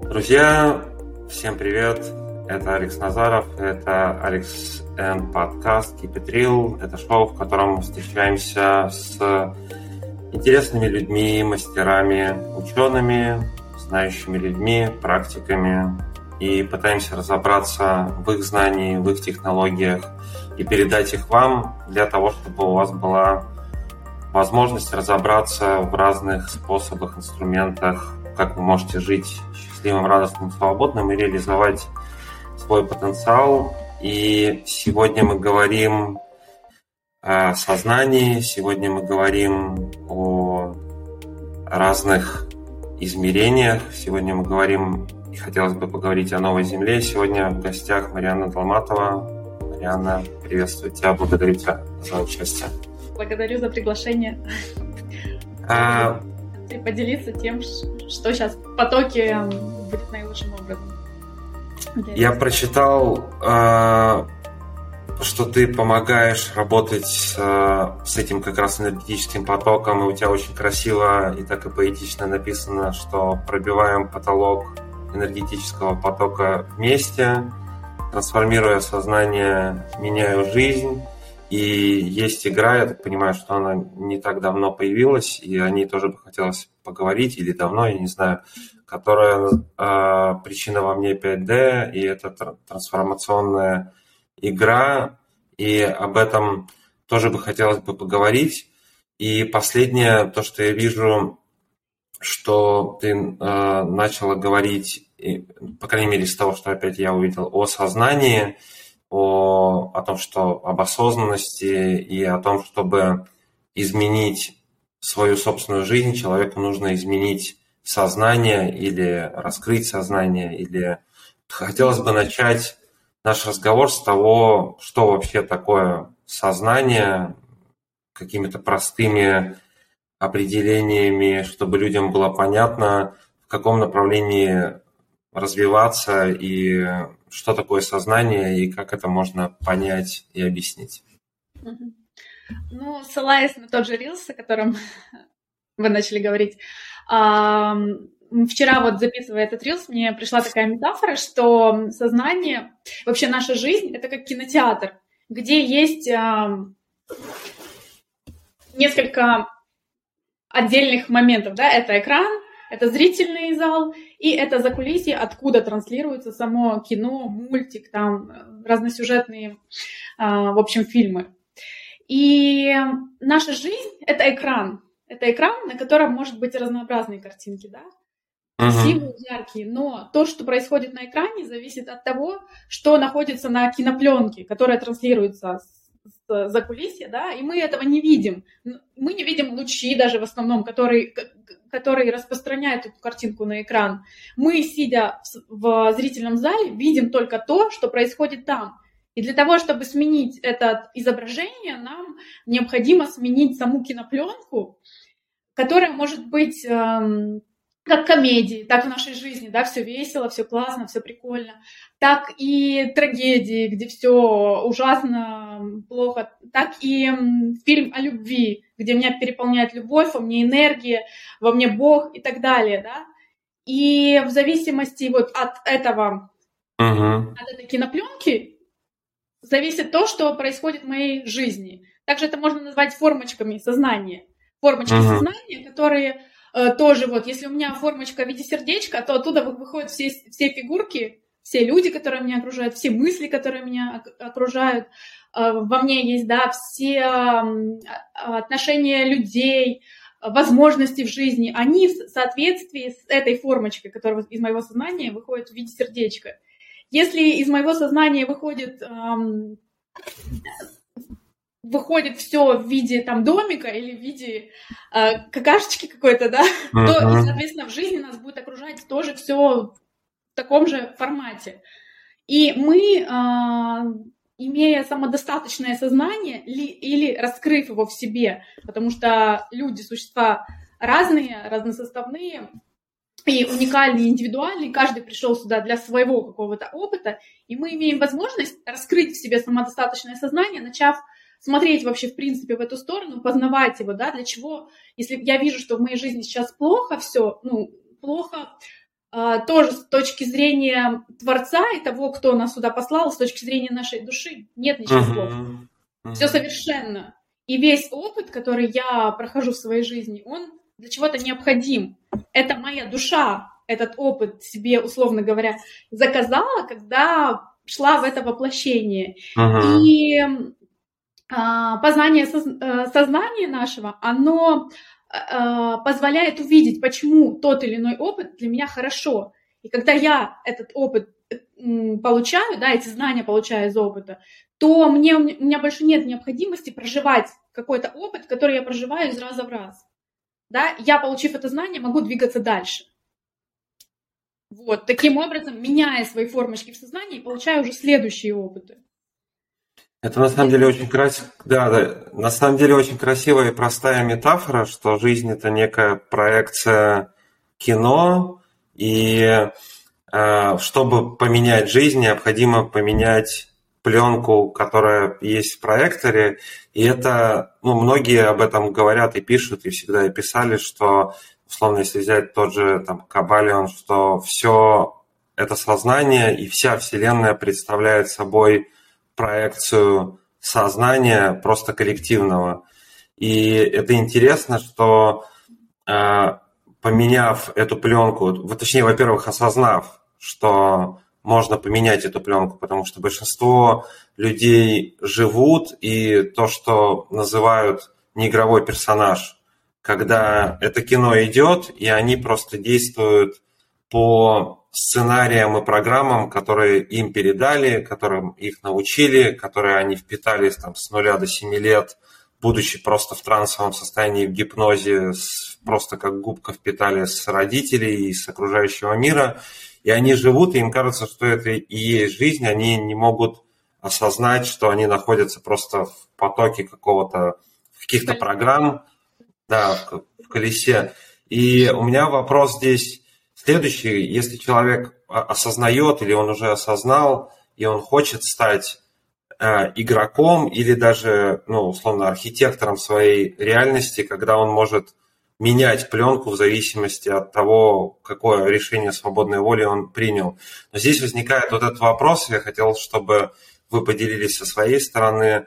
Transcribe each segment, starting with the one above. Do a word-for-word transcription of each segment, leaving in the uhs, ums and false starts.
Друзья, всем привет! Это Алекс Назаров, это Алекс and подкаст Keep It Real. Это шоу, в котором мы встречаемся с интересными людьми, мастерами, учеными, знающими людьми, практиками и пытаемся разобраться в их знании, в их технологиях и передать их вам для того, чтобы у вас была возможность разобраться в разных способах, инструментах, как вы можете жить счастливым, радостным, свободным и реализовать свой потенциал. И сегодня мы говорим о сознании, сегодня мы говорим о разных измерениях, сегодня мы говорим, и хотелось бы поговорить о новой Земле. Сегодня в гостях Марианна Долматова. Марианна, приветствую тебя, благодарю тебя за участие. Благодарю за приглашение. А... И поделиться тем, что сейчас в потоке будет наилучшим образом. Я прочитал, что ты помогаешь работать с этим как раз энергетическим потоком, и у тебя очень красиво и так и поэтично написано, что пробиваем потолок энергетического потока вместе, трансформируя сознание, меняю жизнь. И есть игра, я так понимаю, что она не так давно появилась, и о ней тоже бы хотелось поговорить, или давно, я не знаю, которая э, причина во мне пять дэ, и это трансформационная игра, и об этом тоже бы хотелось бы поговорить. И последнее, то, что я вижу, что ты э, начала говорить, и, по крайней мере, из того, что опять я увидел, о сознании, О, о том, что об осознанности и о том, чтобы изменить свою собственную жизнь, человеку нужно изменить сознание или раскрыть сознание. Или хотелось бы начать наш разговор с того, что вообще такое сознание, какими-то простыми определениями, чтобы людям было понятно, в каком направлении развиваться и что такое сознание и как это можно понять и объяснить. Ну, ссылаясь на тот же Reels, о котором вы начали говорить, вчера вот записывая этот Reels, мне пришла такая метафора, что сознание, вообще наша жизнь, это как кинотеатр, где есть несколько отдельных моментов, да, это экран, это зрительный зал, и это закулисье, откуда транслируется само кино, мультик, там разносюжетные, в общем, фильмы. И наша жизнь — это экран. Это экран, на котором может быть разнообразные картинки, да? Красивые, uh-huh. яркие. Но то, что происходит на экране, зависит от того, что находится на кинопленке, которая транслируется с закулисья, да, и мы этого не видим. Мы не видим лучи даже в основном, которые, которые распространяют эту картинку на экран. Мы, сидя в зрительном зале, видим только то, что происходит там. И для того, чтобы сменить это изображение, нам необходимо сменить саму кинопленку, которая может быть эм, как комедии, так в нашей жизни, да, все весело, все классно, все прикольно, так и трагедии, где все ужасно, плохо, так и фильм о любви, где меня переполняет любовь, во мне энергия, во мне Бог и так далее, да. И в зависимости вот от этого, uh-huh. от этой кинопленки зависит то, что происходит в моей жизни. Также это можно назвать формочками сознания. Формочки uh-huh. сознания, которые э, тоже вот, если у меня формочка в виде сердечка, то оттуда выходят все, все фигурки, все люди, которые меня окружают, все мысли, которые меня окружают. Э, во мне есть, да, все э, отношения людей, возможности в жизни. Они в соответствии с этой формочкой, которая из моего сознания выходит в виде сердечка. Если из моего сознания выходит, эм, выходит все в виде там домика или в виде э, какашечки какой-то, да, uh-huh. то, и, соответственно, в жизни нас будет окружать тоже все в таком же формате. И мы, э, имея самодостаточное сознание ли, или раскрыв его в себе, потому что люди, существа разные, разносоставные, и уникальный, индивидуальный, каждый пришел сюда для своего какого-то опыта, и мы имеем возможность раскрыть в себе самодостаточное сознание, начав смотреть вообще, в принципе, в эту сторону, познавать его, да, для чего, если я вижу, что в моей жизни сейчас плохо все, ну, плохо тоже с точки зрения Творца и того, кто нас сюда послал, с точки зрения нашей души. Нет ничего Мгм. плохого. Мгм. Все совершенно. И весь опыт, который я прохожу в своей жизни, он для чего-то необходим. Это моя душа, этот опыт себе, условно говоря, заказала, когда шла в это воплощение. Мгм. И а, познание соз- э, сознания нашего, оно а, позволяет увидеть, почему тот или иной опыт для меня хорошо. И когда я этот опыт м, получаю, да, эти знания получаю из опыта, то мне, у меня больше нет необходимости проживать какой-то опыт, который я проживаю из раза в раз. Да? Я, получив это знание, могу двигаться дальше. Вот, таким образом, меняя свои формочки в сознании, получаю уже следующие опыты. Это на самом деле очень красиво. Да, да. На самом деле очень красивая и простая метафора, что жизнь это некая проекция кино, и э, чтобы поменять жизнь, необходимо поменять пленку, которая есть в проекторе. И это, ну, многие об этом говорят и пишут, и всегда и писали, что, условно, если взять тот же там Кабалион, что все это сознание и вся Вселенная представляет собой проекцию сознания просто коллективного. И это интересно, что э, поменяв эту пленку, точнее, во-первых, осознав, что можно поменять эту пленку, потому что большинство людей живут, и то, что называют неигровой персонаж, когда это кино идет, и они просто действуют по сценариям и программам, которые им передали, которым их научили, которые они впитали там, с нуля до семи лет, будучи просто в трансовом состоянии, в гипнозе, просто как губка впитали с родителей и с окружающего мира. И они живут, и им кажется, что это и есть жизнь, они не могут осознать, что они находятся просто в потоке какого-то, каких-то программ, да, в, в колесе. И у меня вопрос здесь следующий. Если человек осознает или он уже осознал, и он хочет стать э, игроком или даже, ну, условно, архитектором своей реальности, когда он может менять пленку в зависимости от того, какое решение свободной воли он принял. Но здесь возникает вот этот вопрос, я хотел, чтобы вы поделились со своей стороны.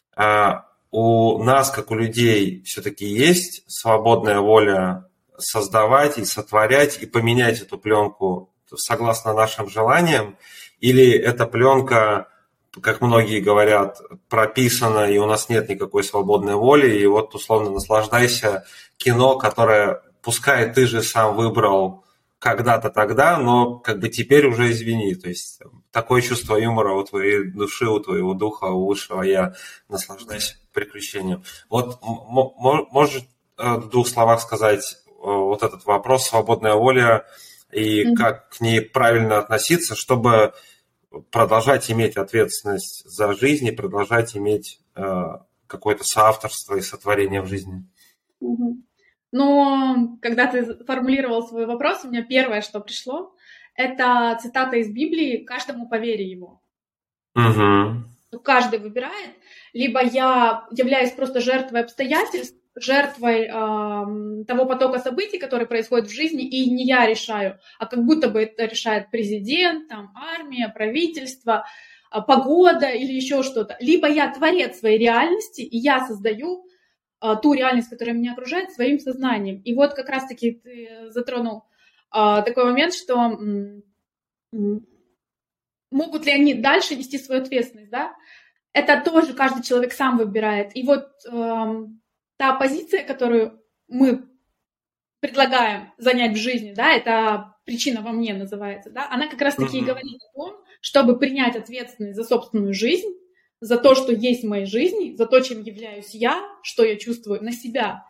У нас, как у людей, все-таки есть свободная воля создавать и сотворять, и поменять эту пленку согласно нашим желаниям, или эта пленка, как многие говорят, прописана, и у нас нет никакой свободной воли, и вот условно наслаждайся кино, которое, пускай ты же сам выбрал когда-то тогда, но как бы теперь уже извини, то есть такое чувство юмора у твоей души, у твоего духа, у высшего я, наслаждайся приключением. Вот можешь в двух словах сказать вот этот вопрос, свободная воля, и mm-hmm. как к ней правильно относиться, чтобы продолжать иметь ответственность за жизнь и продолжать иметь э, какое-то соавторство и сотворение в жизни. Mm-hmm. Но когда ты формулировал свой вопрос, у меня первое, что пришло, это цитата из Библии «Каждому по вере его». Угу. Каждый выбирает, либо я являюсь просто жертвой обстоятельств, жертвой э, того потока событий, который происходит в жизни, и не я решаю, а как будто бы это решает президент, там, армия, правительство, э, погода или еще что-то. Либо я творец своей реальности, и я создаю э, ту реальность, которая меня окружает, своим сознанием. И вот как раз-таки ты затронул э, такой момент, что э, могут ли они дальше нести свою ответственность, да? Это тоже каждый человек сам выбирает. И вот э, та позиция, которую мы предлагаем занять в жизни, да, это причина во мне называется, да, она как раз-таки mm-hmm. и говорит о том, чтобы принять ответственность за собственную жизнь, за то, что есть в моей жизни, за то, чем являюсь я, что я чувствую, на себя.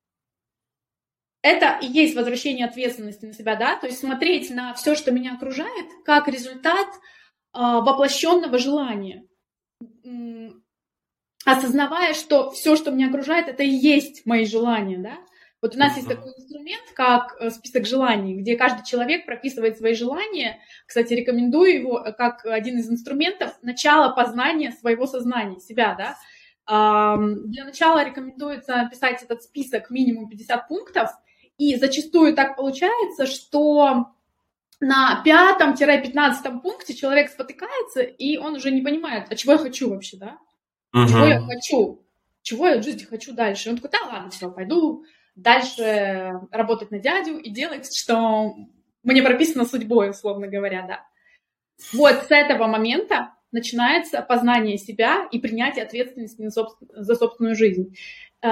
Это и есть возвращение ответственности на себя, да, то есть смотреть на все, что меня окружает, как результат э, воплощенного желания. Осознавая, что все, что меня окружает, это и есть мои желания, да. Вот у нас uh-huh. есть такой инструмент, как список желаний, где каждый человек прописывает свои желания. Кстати, рекомендую его как один из инструментов начала познания своего сознания, себя, да. Для начала рекомендуется писать этот список минимум пятьдесят пунктов, и зачастую так получается, что на пятом-пятнадцатом пункте человек спотыкается, и он уже не понимает, а чего я хочу вообще, да? Uh-huh. Чего я хочу? Чего я в жизни хочу дальше? И он такой, да ладно, все, пойду дальше работать на дядю и делать, что мне прописано судьбой, условно говоря, да. Вот с этого момента начинается познание себя и принятие ответственности за собственную жизнь. И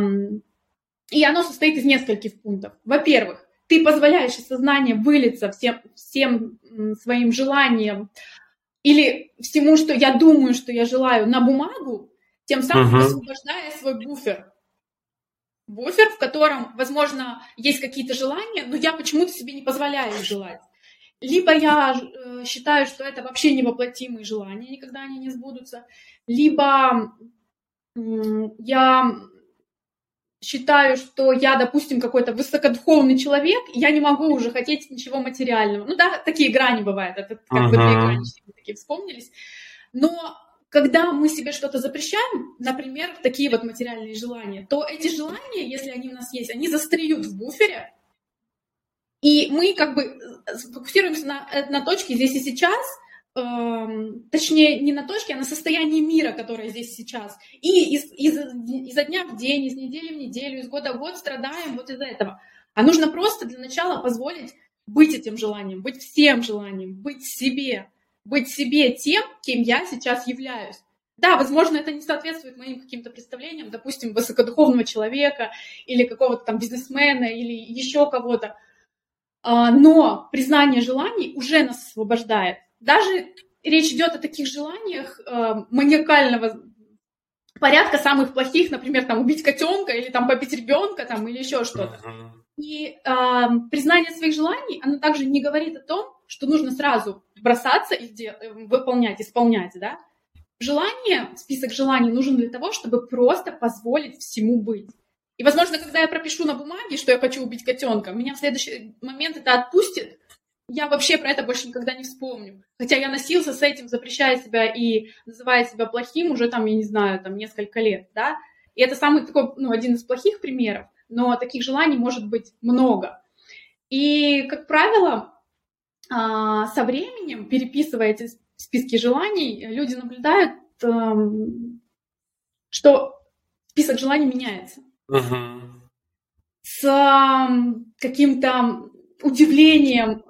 оно состоит из нескольких пунктов. Во-первых, ты позволяешь из сознания вылиться всем, всем своим желаниям или всему, что я думаю, что я желаю, на бумагу, тем самым uh-huh. освобождая свой буфер. Буфер, в котором, возможно, есть какие-то желания, но я почему-то себе не позволяю их желать. Либо я э, считаю, что это вообще невоплотимые желания, никогда они не сбудутся, либо э, я считаю, что я, допустим, какой-то высокодуховный человек, и я не могу уже хотеть ничего материального. Ну да, такие грани бывают, это как uh-huh. бы две грани такие вспомнились. Но когда мы себе что-то запрещаем, например, такие вот материальные желания, то эти желания, если они у нас есть, они застряют в буфере, и мы как бы фокусируемся на, на точке здесь и сейчас, эм, точнее, не на точке, а на состоянии мира, которое здесь сейчас. И из, из, изо дня в день, из недели в неделю, из года в год страдаем вот из-за этого. А нужно просто для начала позволить быть этим желанием, быть всем желанием, быть себе. Быть себе тем, кем я сейчас являюсь. Да, возможно, это не соответствует моим каким-то представлениям, допустим, высокодуховного человека или какого-то там бизнесмена или еще кого-то. Но признание желаний уже нас освобождает. Даже речь идет о таких желаниях маниакального порядка, самых плохих, например, там убить котенка или там побить ребенка там, или еще что-то. И э, признание своих желаний, оно также не говорит о том, что нужно сразу бросаться и дел- выполнять, исполнять, да. Желание, список желаний нужен для того, чтобы просто позволить всему быть. И, возможно, когда я пропишу на бумаге, что я хочу убить котенка, меня в следующий момент это отпустит, я вообще про это больше никогда не вспомню. Хотя я носился с этим, запрещая себя и называя себя плохим уже там, я не знаю, там несколько лет, да. И это самый такой, ну, один из плохих примеров. Но таких желаний может быть много. И, как правило, со временем, переписывая эти списки желаний, люди наблюдают, что список желаний меняется. Uh-huh. С каким-то удивлением,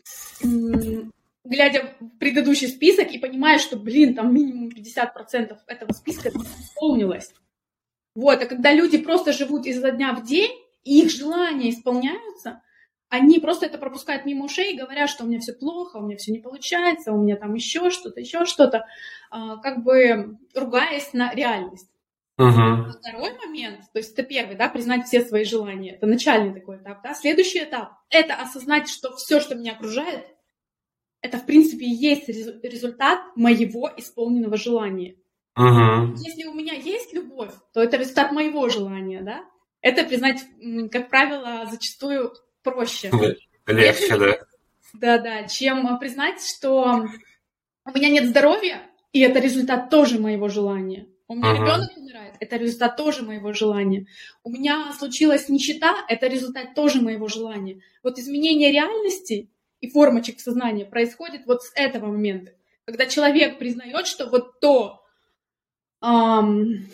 глядя в предыдущий список и понимая, что, блин, там минимум пятьдесят процентов этого списка исполнилось. Вот, а когда люди просто живут изо дня в день, и их желания исполняются, они просто это пропускают мимо ушей, говоря, что у меня все плохо, у меня все не получается, у меня там еще что-то, еще что-то, как бы ругаясь на реальность. Uh-huh. Второй момент, то есть это первый, да, признать все свои желания, это начальный такой этап, да. Следующий этап – это осознать, что все, что меня окружает, это, в принципе, и есть результат моего исполненного желания. Uh-huh. Если у меня есть любовь, то это результат моего желания, да? Это признать, как правило, зачастую проще. Легче, да. Да-да, чем признать, что у меня нет здоровья, и это результат тоже моего желания. У меня uh-huh. ребенок умирает, это результат тоже моего желания. У меня случилась нищета, это результат тоже моего желания. Вот изменение реальности и формочек сознания происходит вот с этого момента, когда человек признает, что вот то, Um,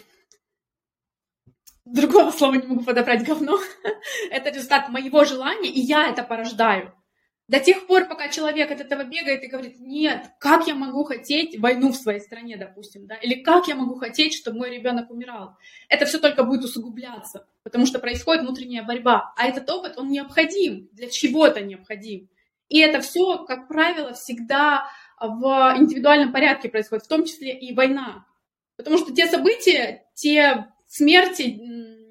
другого слова не могу подобрать, говно. Это результат моего желания, и я это порождаю. До тех пор, пока человек от этого бегает и говорит, нет, как я могу хотеть войну в своей стране, допустим, да, или как я могу хотеть, чтобы мой ребенок умирал. Это все только будет усугубляться, потому что происходит внутренняя борьба. А этот опыт, он необходим, для чего-то необходим. И это все, как правило, всегда в индивидуальном порядке происходит, в том числе и война. Потому что те события, те смерти,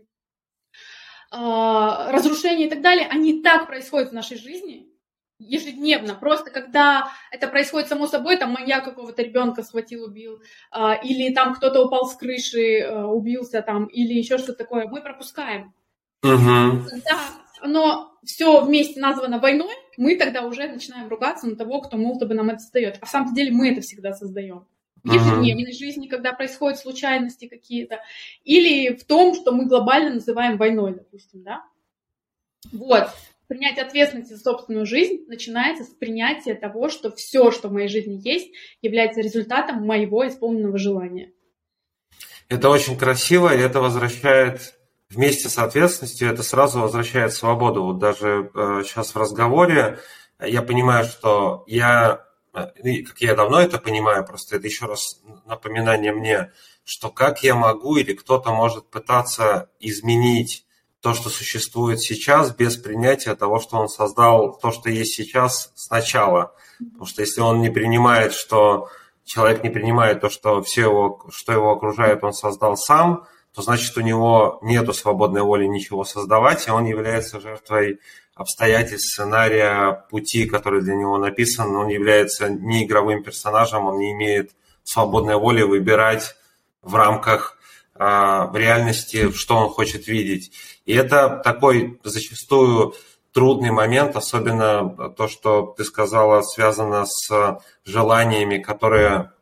разрушения и так далее, они и так происходят в нашей жизни ежедневно. Просто когда это происходит само собой, там маньяк какого-то ребенка схватил, убил, или там кто-то упал с крыши, убился, там, или еще что-то такое, мы пропускаем. Uh-huh. Когда оно все вместе названо войной, мы тогда уже начинаем ругаться на того, кто мол бы нам это создает. А в самом деле мы это всегда создаем. В ежедневной uh-huh. жизни, когда происходят случайности какие-то, или в том, что мы глобально называем войной, допустим, да. Вот. принять ответственность за собственную жизнь начинается с принятия того, что все, что в моей жизни есть, является результатом моего исполненного желания. Это очень красиво, и это возвращает вместе с ответственностью, это сразу возвращает свободу. Вот даже э, сейчас в разговоре я понимаю, что я, как я давно это понимаю, просто это еще раз напоминание мне, что как я могу или кто-то может пытаться изменить то, что существует сейчас, без принятия того, что он создал, то, что есть сейчас сначала. Потому что если он не принимает, что человек не принимает то, что все его, что его окружает, он создал сам, то значит у него нету свободной воли ничего создавать, и он является жертвой обстоятельств, сценария, пути, который для него написан. Он является не игровым персонажем, он не имеет свободной воли выбирать в рамках в реальности, что он хочет видеть. И это такой зачастую трудный момент, особенно то, что ты сказала, связано с желаниями, которые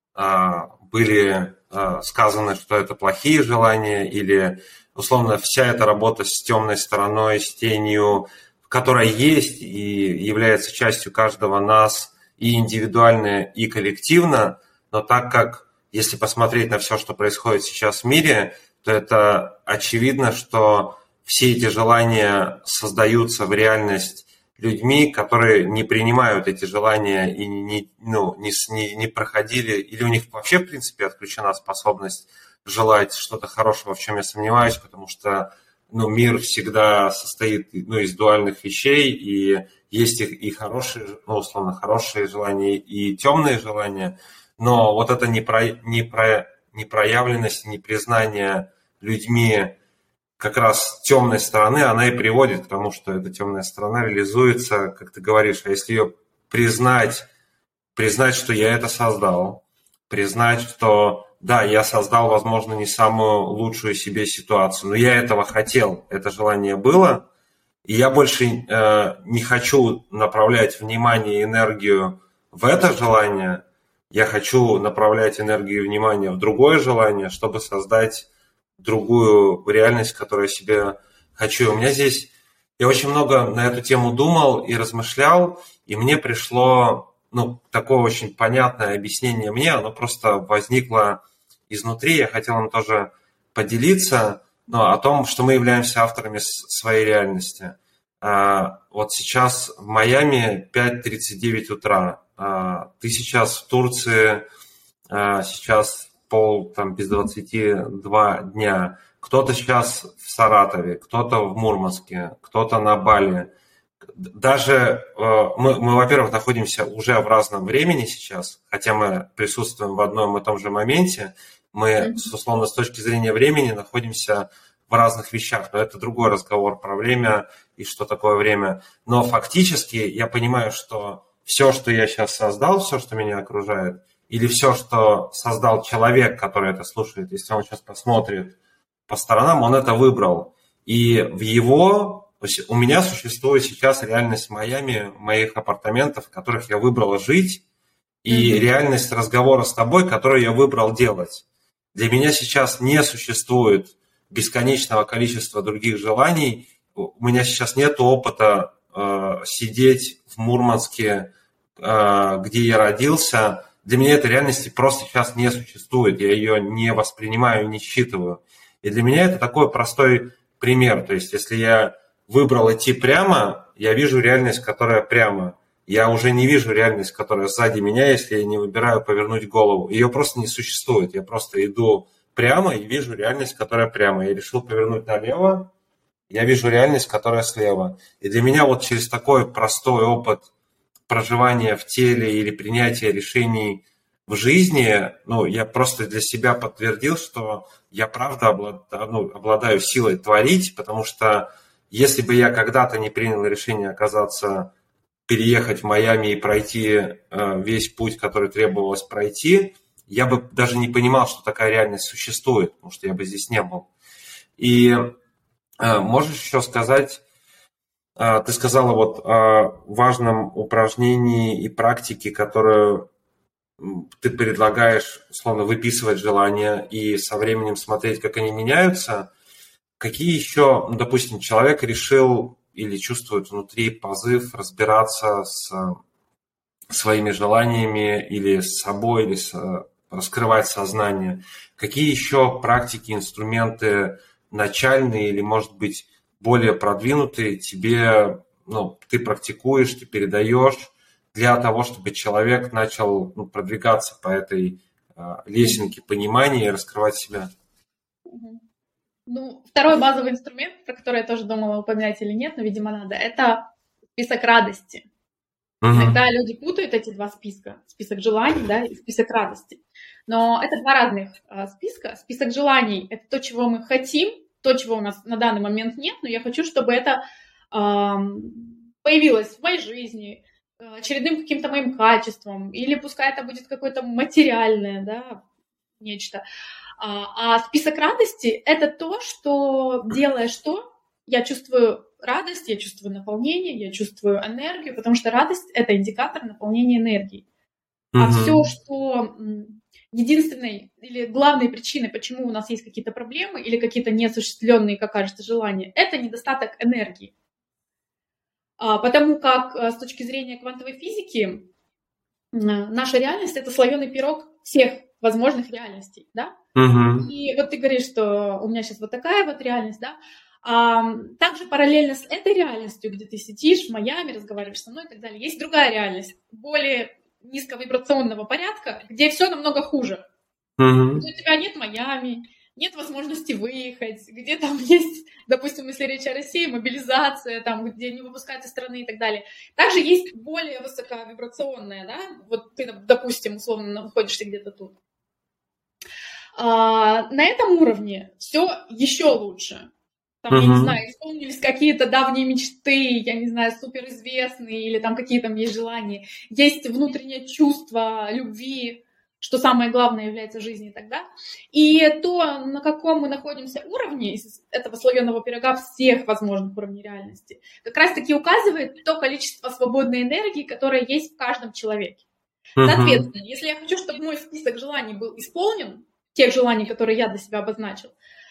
были сказаны, что это плохие желания, или, условно, вся эта работа с темной стороной, с тенью, которая есть и является частью каждого нас и индивидуально, и коллективно, но так как если посмотреть на все, что происходит сейчас в мире, то это очевидно, что все эти желания создаются в реальность людьми, которые не принимают эти желания и не, ну, не, не, не проходили, или у них вообще, в принципе, отключена способность желать что-то хорошего, в чем я сомневаюсь, потому что ну, мир всегда состоит ну, из дуальных вещей, и есть и, и хорошие, ну, условно, хорошие желания, и темные желания. Но вот эта непро, непро, непроявленность, непризнание людьми как раз темной стороны, она и приводит к тому, что эта темная сторона реализуется, как ты говоришь. А если ее признать, признать, что я это создал, признать, что да, я создал, возможно, не самую лучшую себе ситуацию, но я этого хотел, это желание было, и я больше э, не хочу направлять внимание и энергию в это желание, я хочу направлять энергию и внимание в другое желание, чтобы создать другую реальность, которую я себе хочу. У меня здесь... Я очень много на эту тему думал и размышлял, и мне пришло ну, такое очень понятное объяснение мне, оно просто возникло изнутри. Я хотел им тоже поделиться ну, о том, что мы являемся авторами своей реальности. Вот сейчас в Майами пять тридцать девять утра. Ты сейчас в Турции, сейчас пол там, без двадцати два дня. Кто-то сейчас в Саратове, кто-то в Мурманске, кто-то на Бали. Даже мы, мы, во-первых, находимся уже в разном времени сейчас, хотя мы присутствуем в одном и том же моменте. Мы, условно, с точки зрения времени находимся в разных вещах, но это другой разговор про время и что такое время. Но фактически я понимаю, что все, что я сейчас создал, все, что меня окружает, или все, что создал человек, который это слушает, если он сейчас посмотрит по сторонам, он это выбрал. И в его... То есть у меня существует сейчас реальность Майами, моих апартаментов, в которых я выбрал жить, и mm-hmm. реальность разговора с тобой, которую я выбрал делать. Для меня сейчас не существует бесконечного количества других желаний. У меня сейчас нет опыта э, сидеть в Мурманске, э, где я родился. Для меня этой реальности просто сейчас не существует. Я ее не воспринимаю, не считываю. И для меня это такой простой пример. То есть если я выбрал идти прямо, я вижу реальность, которая прямо. Я уже не вижу реальность, которая сзади меня, если я не выбираю повернуть голову. Ее просто не существует. Я просто иду прямо и вижу реальность, которая прямо. Я решил повернуть налево, я вижу реальность, которая слева. И для меня вот через такой простой опыт проживания в теле или принятия решений в жизни, ну, я просто для себя подтвердил, что я правда обладаю, ну, обладаю силой творить, потому что если бы я когда-то не принял решение оказаться, переехать в Майами и пройти э, весь путь, который требовалось пройти, я бы даже не понимал, что такая реальность существует, потому что я бы здесь не был. И э, можешь еще сказать, э, ты сказала вот о важном упражнении и практике, которую ты предлагаешь, условно, выписывать желания и со временем смотреть, как они меняются. Какие еще, ну, допустим, человек решил или чувствуют внутри позыв разбираться с своими желаниями или с собой, или с, раскрывать сознание. Какие еще практики, инструменты начальные или, может быть, более продвинутые тебе, ну, ты практикуешь, ты передаешь для того, чтобы человек начал, ну, продвигаться по этой э, лесенке понимания и раскрывать себя? Ну, второй базовый инструмент, про который я тоже думала, упоминать или нет, но, видимо, надо, это список радости. Uh-huh. Иногда люди путают эти два списка, список желаний, да, и список радости. Но это два разных а, списка. Список желаний – это то, чего мы хотим, то, чего у нас на данный момент нет, но я хочу, чтобы это а, появилось в моей жизни, очередным каким-то моим качеством, или пускай это будет какое-то материальное, да, нечто. А, а список радости – это то, что, делая что, я чувствую радость, я чувствую наполнение, я чувствую энергию, потому что радость – это индикатор наполнения энергией. Uh-huh. А все, что единственной или главной причиной, почему у нас есть какие-то проблемы или какие-то неосуществленные, как кажется, желания, это недостаток энергии. А, потому как с точки зрения квантовой физики наша реальность – это слоеный пирог всех возможных реальностей, да? Uh-huh. И вот ты говоришь, что у меня сейчас вот такая вот реальность, да? А также параллельно с этой реальностью, где ты сидишь в Майами, разговариваешь со мной и так далее, есть другая реальность, более низковибрационного порядка, где все намного хуже. Uh-huh. Где у тебя нет Майами, нет возможности выехать, где там есть, допустим, если речь о России, мобилизация, там, где не выпускают из страны и так далее. Также есть более высоковибрационная, да, вот ты, допустим, условно находишься где-то тут. А, на этом уровне все еще лучше. Там, uh-huh. я не знаю, исполнились какие-то давние мечты, я не знаю, суперизвестные, или там какие там есть желания. Есть внутреннее чувство любви, что самое главное является в жизни тогда. И то, на каком мы находимся уровне из этого слоеного пирога всех возможных уровней реальности, как раз-таки указывает то количество свободной энергии, которое есть в каждом человеке. Uh-huh. Соответственно, если я хочу, чтобы мой список желаний был исполнен, тех желаний, которые я для себя обозначил,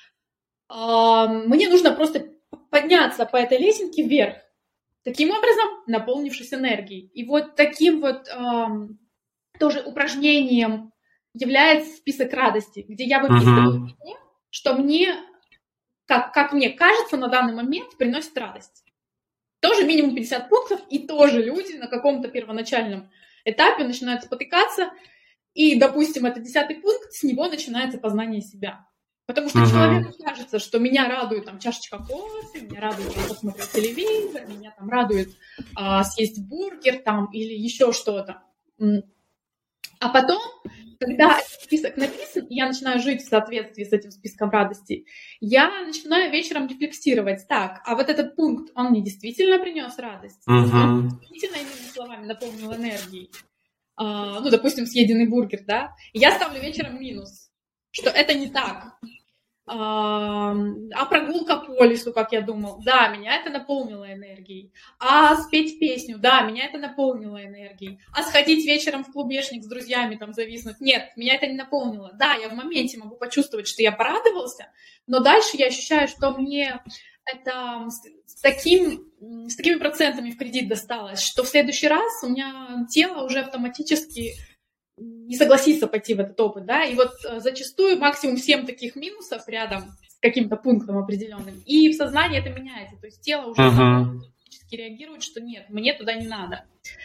мне нужно просто подняться по этой лесенке вверх, таким образом наполнившись энергией. И вот таким вот эм, тоже упражнением является список радости, где я выписываю uh-huh. то, что мне, как, как мне кажется, на данный момент приносит радость. Тоже минимум пятьдесят пунктов, и тоже люди на каком-то первоначальном этапе начинают спотыкаться, и, допустим, это десятый пункт, с него начинается познание себя. Потому что uh-huh. человеку кажется, что меня радует там чашечка кофе, меня радует там, посмотреть телевизор, меня там радует а, съесть бургер там или еще что-то. А потом, когда этот список написан, и я начинаю жить в соответствии с этим списком радости, я начинаю вечером рефлексировать. Так, а вот этот пункт, он мне действительно принес радость? Uh-huh. Он действительно, иными словами, наполнил энергией? А, ну, допустим, съеденный бургер, да? И я ставлю вечером минус, что это не так. А, а прогулка по лесу, как я думал, да, меня это наполнило энергией. А спеть песню, да, меня это наполнило энергией. А сходить вечером в клубешник с друзьями, там, зависнуть, нет, меня это не наполнило. Да, я в моменте могу почувствовать, что я порадовался, но дальше я ощущаю, что мне это с, таким, с такими процентами в кредит досталось, что в следующий раз у меня тело уже автоматически не согласится пойти в этот опыт, да, и вот зачастую максимум семь таких минусов рядом с каким-то пунктом определенным, и в сознании это меняется, то есть тело уже uh-huh. автоматически реагирует, что нет, мне туда не надо.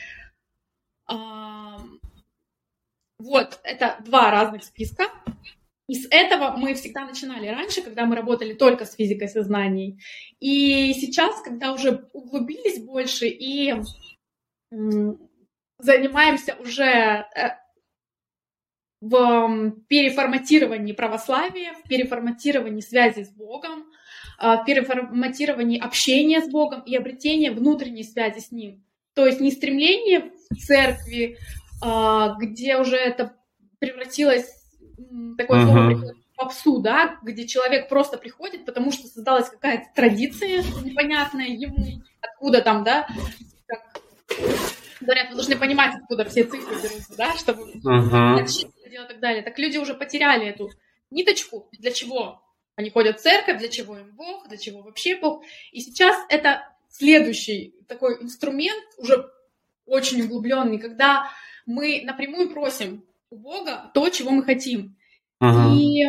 А, вот, это два разных списка. Из этого мы всегда начинали раньше, когда мы работали только с физикой сознаний, и сейчас, когда уже углубились больше и м, занимаемся уже в переформатировании православия, в переформатировании связи с Богом, в переформатировании общения с Богом и обретения внутренней связи с Ним. То есть не стремление в церкви, где уже это превратилось, такое слово приходит в попсу, да, где человек просто приходит, потому что создалась какая-то традиция непонятная ему, откуда там, да, как говорят, вы должны понимать, откуда все цифры берутся, да, чтобы uh-huh. делать и так далее. Так люди уже потеряли эту ниточку, для чего они ходят в церковь, для чего им Бог, для чего вообще Бог. И сейчас это следующий такой инструмент, уже очень углубленный, когда мы напрямую просим у Бога то, чего мы хотим. Uh-huh. И,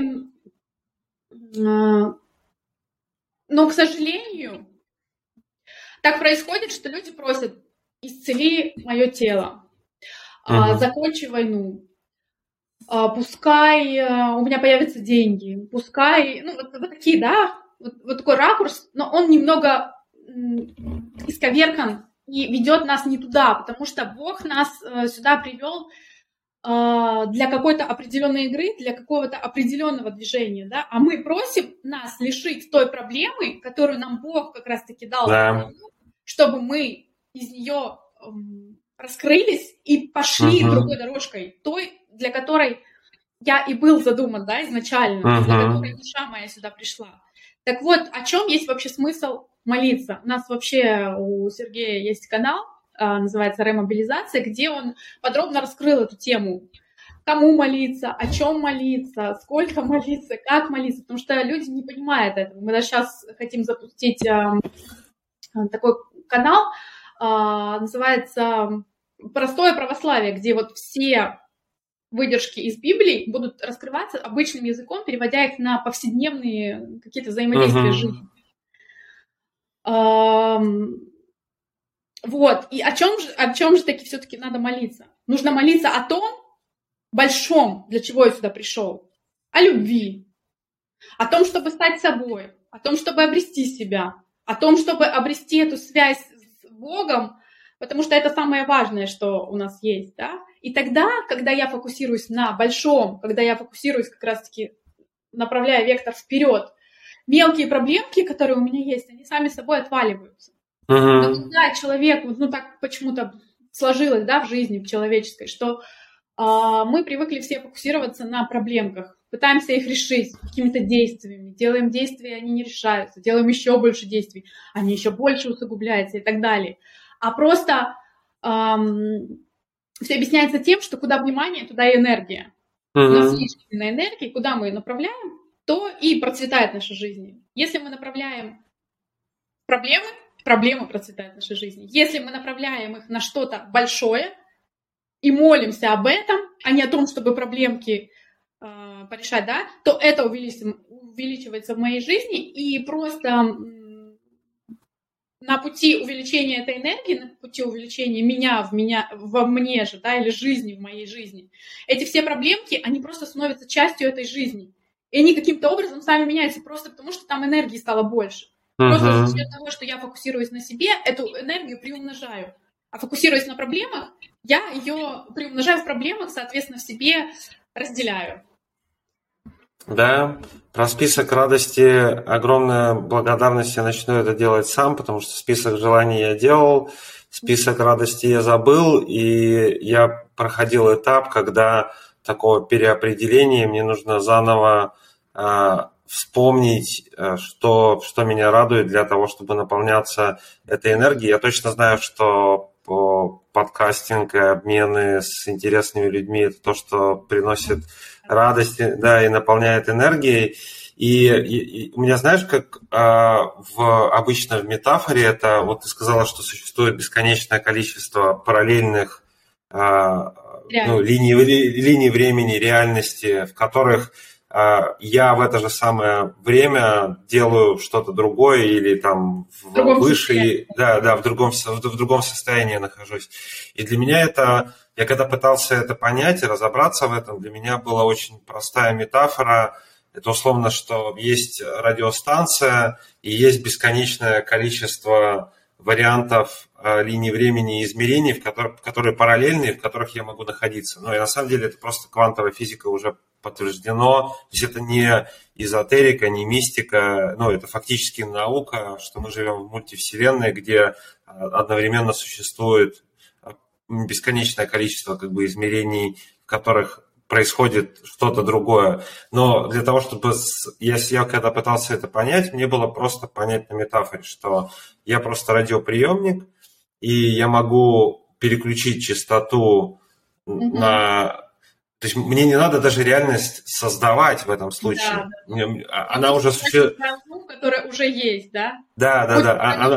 но, к сожалению, так происходит, что люди просят: исцели мое тело, uh-huh. закончи войну, пускай у меня появятся деньги, пускай, ну, вот, вот такие, да, вот, вот такой ракурс, но он немного исковеркан и ведет нас не туда, потому что Бог нас сюда привел для какой-то определенной игры, для какого-то определенного движения, да, а мы просим нас лишить той проблемы, которую нам Бог как раз-таки дал, да. чтобы мы из нее раскрылись и пошли uh-huh. другой дорожкой, той, для которой я и был задуман, да, изначально, uh-huh. для которой душа моя сюда пришла. Так вот, о чем есть вообще смысл молиться? У нас вообще у Сергея есть канал, называется «Ремобилизация», где он подробно раскрыл эту тему. Кому молиться, о чем молиться, сколько молиться, как молиться, потому что люди не понимают этого. Мы даже сейчас хотим запустить такой канал, называется «Простое православие», где вот все выдержки из Библии будут раскрываться обычным языком, переводя их на повседневные какие-то взаимодействия uh-huh. жизни. Вот, и о чем же, о чем же таки все-таки надо молиться? Нужно молиться о том большом, для чего я сюда пришел, о любви, о том, чтобы стать собой, о том, чтобы обрести себя, о том, чтобы обрести эту связь с Богом, потому что это самое важное, что у нас есть, да? И тогда, когда я фокусируюсь на большом, когда я фокусируюсь как раз-таки, направляя вектор вперед, мелкие проблемки, которые у меня есть, они сами собой отваливаются. Uh-huh. Но когда человек, ну так почему-то сложилось, да, в жизни, в человеческой, что э, мы привыкли все фокусироваться на проблемках, пытаемся их решить какими-то действиями, делаем действия, они не решаются, делаем еще больше действий, они еще больше усугубляются и так далее. А просто эм, все объясняется тем, что куда внимание, туда и энергия. Uh-huh. У нас есть энергия, куда мы ее направляем, то и процветает наша жизнь. Если мы направляем проблемы, проблемы процветают в нашей жизни. Если мы направляем их на что-то большое и молимся об этом, а не о том, чтобы проблемки э, порешать, да, то это увеличивается, увеличивается в моей жизни, и просто м, на пути увеличения этой энергии, на пути увеличения меня в меня, во мне же, да, или жизни в моей жизни, эти все проблемки, они просто становятся частью этой жизни. И они каким-то образом сами меняются, просто потому что там энергии стало больше. Просто uh-huh. за счет того, что я фокусируюсь на себе, эту энергию приумножаю. А фокусируясь на проблемах, я ее приумножаю в проблемах, соответственно, в себе разделяю. Да, про список радости огромная благодарность, я начну это делать сам, потому что список желаний я делал, список радости я забыл, и я проходил этап, когда такого переопределения мне нужно заново вспомнить, что, что меня радует для того, чтобы наполняться этой энергией. Я точно знаю, что подкастинг и обмены с интересными людьми – это то, что приносит радость, да, и наполняет энергией. И, и, и у меня, знаешь, как а, в обычно в метафоре, это вот ты сказала, что существует бесконечное количество параллельных а, ну, линий, линий времени, реальности, в которых я в это же самое время делаю что-то другое или там в выше, да, да, в другом, в другом состоянии нахожусь. И для меня это, я когда пытался это понять и разобраться в этом, для меня была очень простая метафора. Это условно, что есть радиостанция и есть бесконечное количество вариантов линий времени и измерений, в которых, которые параллельны, в которых я могу находиться. Ну и на самом деле это просто квантовая физика уже подтверждено. То есть это не эзотерика, не мистика, ну это фактически наука, что мы живем в мультивселенной, где одновременно существует бесконечное количество как бы измерений, в которых происходит что-то другое. Но для того, чтобы... Я, я когда пытался это понять, мне было просто понять на метафоре, что я просто радиоприемник, и я могу переключить частоту mm-hmm. на... То есть мне не надо даже реальность создавать в этом случае. Да, да. Она уже существует... Которая уже есть, да? Да, да, да. Она...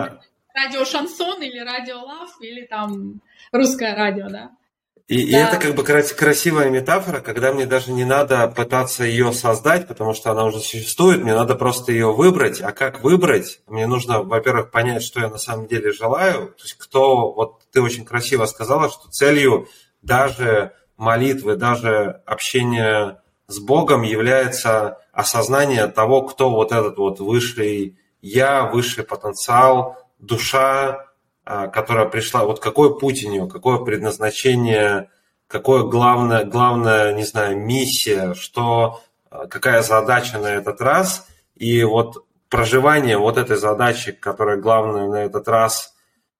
радио Шансон или радио Лав или там русское радио, да. И, и это как бы красивая метафора, когда мне даже не надо пытаться ее создать, потому что она уже существует, мне надо просто ее выбрать. А как выбрать? Мне нужно, во-первых, понять, что я на самом деле желаю. То есть кто, вот ты очень красиво сказала, что целью даже молитвы, даже общения с Богом является осознание того, кто вот этот вот высший я, высший потенциал, душа, которая пришла, вот какой путь у нее, какое предназначение, какое главное, главное, не знаю, миссия, что, какая задача на этот раз, и вот проживание вот этой задачи, которая главная на этот раз,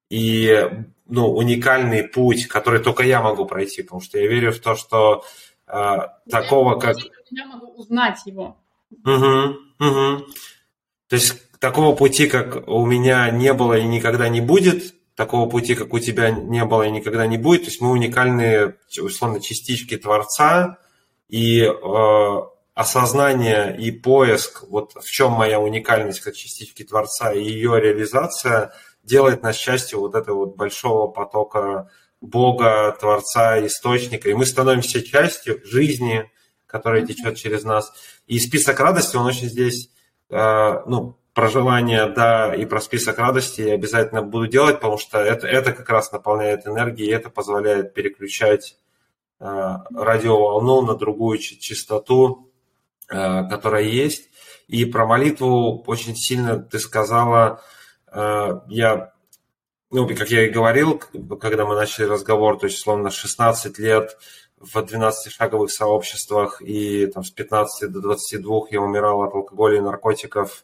и ну, уникальный путь, который только я могу пройти, потому что я верю в то, что э, такого, как... Я могу узнать его. Угу, угу. То есть такого пути, как у меня не было и никогда не будет, такого пути, как у тебя не было и никогда не будет. То есть мы уникальные, условно, частички Творца, и э, осознание и поиск, вот в чем моя уникальность как частички Творца и ее реализация делает нас частью вот этого вот большого потока Бога, Творца, Источника. И мы становимся частью жизни, которая течет через нас. И список радости, он очень здесь, э, ну, про желание, да, и про список радости я обязательно буду делать, потому что это, это как раз наполняет энергией, и это позволяет переключать э, радиоволну на другую частоту, э, которая есть. И про молитву очень сильно ты сказала, э, я, ну, как я и говорил, когда мы начали разговор, то есть, словно шестнадцать лет в двенадцатишаговых сообществах, и там, с пятнадцати до двадцати двух я умирал от алкоголя и наркотиков.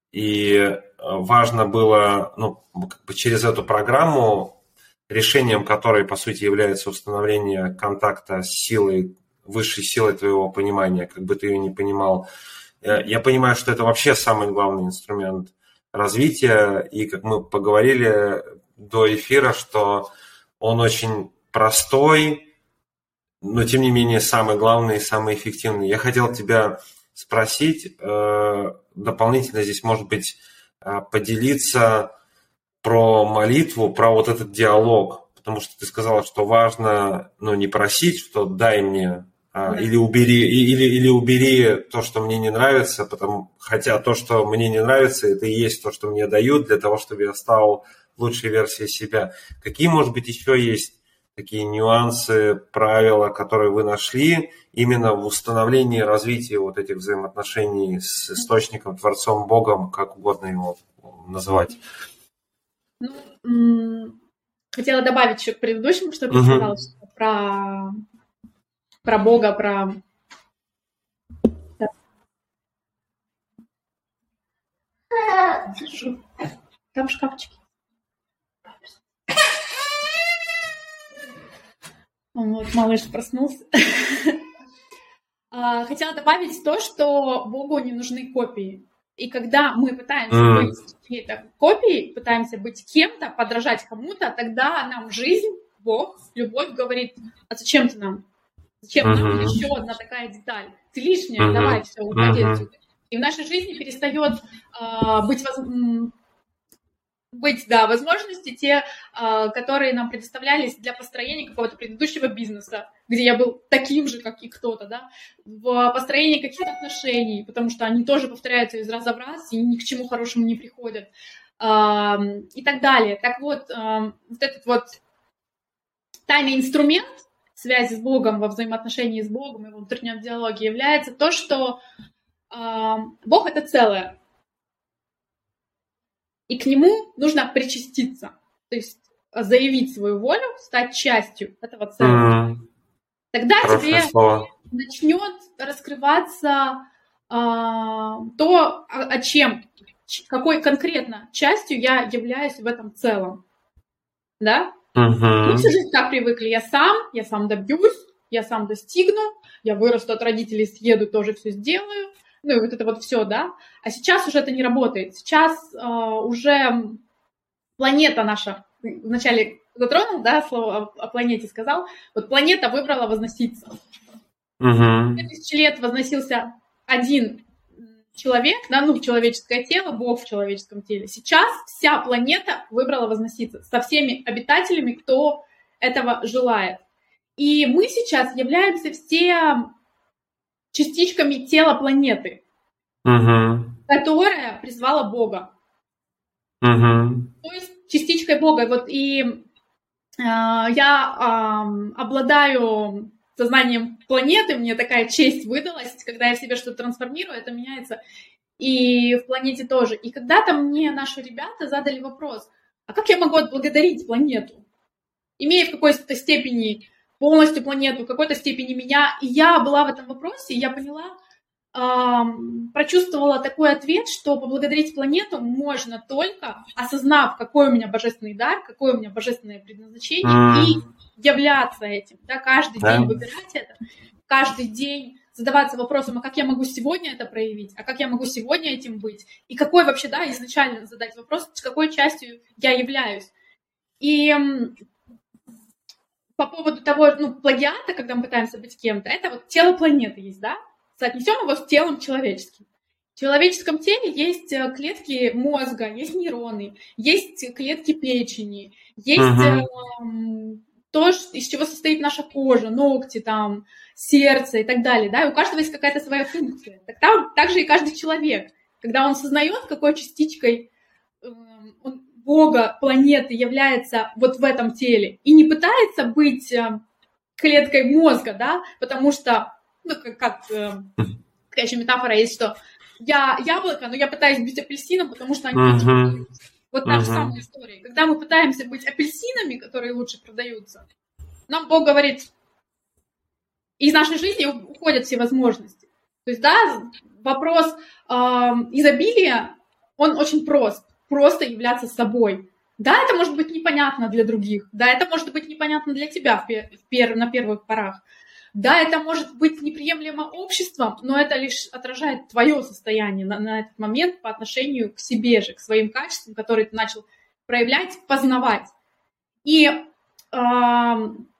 И важно было, ну, как бы через эту программу, решением которой, по сути, является установление контакта с силой, высшей силой твоего понимания, как бы ты ее ни понимал. Я понимаю, что это вообще самый главный инструмент развития, и как мы поговорили до эфира, что он очень простой, но, тем не менее, самый главный и самый эффективный. Я хотел тебя спросить, э, дополнительно здесь, может быть, э, поделиться про молитву, про вот этот диалог, потому что ты сказала, что важно, ну, не просить, что дай мне, а, или убери, или, или убери то, что мне не нравится, потому, хотя то, что мне не нравится, это и есть то, что мне дают для того, чтобы я стал лучшей версией себя. Какие, может быть, еще есть такие нюансы, правила, которые вы нашли именно в установлении и развитии вот этих взаимоотношений с Источником, Творцом, Богом, как угодно его называть? Ну, хотела добавить еще к предыдущему, что ты uh-huh. сказала, что про, про Бога, про... Там шкафчики. Вот, малыш проснулся. Хотела добавить то, что Богу не нужны копии. И когда мы пытаемся mm. быть какие-то копией, пытаемся быть кем-то, подражать кому-то, тогда нам жизнь, Бог, любовь говорит, а зачем ты нам? Зачем mm-hmm. нам еще одна такая деталь? Ты лишняя, mm-hmm. давай, все, уходи mm-hmm. отсюда. И в нашей жизни перестает э, быть возможностью, быть, да, возможности те, которые нам предоставлялись для построения какого-то предыдущего бизнеса, где я был таким же, как и кто-то, да, в построении каких-то отношений, потому что они тоже повторяются из раза в раз и ни к чему хорошему не приходят, и так далее. Так вот, вот этот вот тайный инструмент связи с Богом, во взаимоотношении с Богом и во внутреннем диалоге является то, что Бог — это целое. И к нему нужно причаститься, то есть заявить свою волю, стать частью этого целого. Mm. Тогда Хорошее тебе слово. Начнет раскрываться э, то, о, о чем, какой конкретно частью я являюсь в этом целом. Да? Mm-hmm. Мы всю жизнь так привыкли. Я сам, я сам добьюсь, я сам достигну, я вырасту от родителей, съеду, тоже все сделаю. Ну и вот это вот все, да. А сейчас уже это не работает. Сейчас э, уже планета наша, вначале затронул, да, слово о, о планете сказал, вот планета выбрала возноситься. Угу. Тысячи лет возносился один человек, да, ну, человеческое тело, Бог в человеческом теле. Сейчас вся планета выбрала возноситься со всеми обитателями, кто этого желает. И мы сейчас являемся все частичками тела планеты, угу. которая призвала Бога. Угу. То есть частичкой Бога. Вот и э, я э, обладаю сознанием планеты, мне такая честь выдалась, когда я в себе что-то трансформирую, это меняется и в планете тоже. И когда-то мне наши ребята задали вопрос, а как я могу отблагодарить планету, имея в какой-то степени полностью планету, в какой-то степени меня. И я была в этом вопросе, и я поняла, эм, прочувствовала такой ответ, что поблагодарить планету можно только, осознав, какой у меня божественный дар, какое у меня божественное предназначение, mm. и являться этим, да, каждый yeah. день выбирать это, каждый день задаваться вопросом, а как я могу сегодня это проявить, а как я могу сегодня этим быть, и какой вообще, да, изначально задать вопрос, с какой частью я являюсь. И по поводу того, ну, плагиата, когда мы пытаемся быть кем-то, это вот тело планеты есть, да, соотнесем его с телом человеческим. В человеческом теле есть клетки мозга, есть нейроны, есть клетки печени, есть uh-huh. э, то, из чего состоит наша кожа, ногти, там, сердце и так далее, да, и у каждого есть какая-то своя функция. Так, там, так же и каждый человек, когда он сознает, какой частичкой э, он, Бога, планеты является вот в этом теле, и не пытается быть э, клеткой мозга, да, потому что, ну, как, как э, такая еще метафора есть, что я яблоко, но я пытаюсь быть апельсином, потому что они лучше uh-huh. продаются. Вот та uh-huh. же самая история. Когда мы пытаемся быть апельсинами, которые лучше продаются, нам Бог говорит, из нашей жизни уходят все возможности. То есть, да, вопрос э, изобилия, он очень прост. Просто являться собой. Да, это может быть непонятно для других. Да, это может быть непонятно для тебя в пер- в пер- на первых порах. Да, это может быть неприемлемо обществом, но это лишь отражает твое состояние на, на этот момент по отношению к себе же, к своим качествам, которые ты начал проявлять, познавать. И э,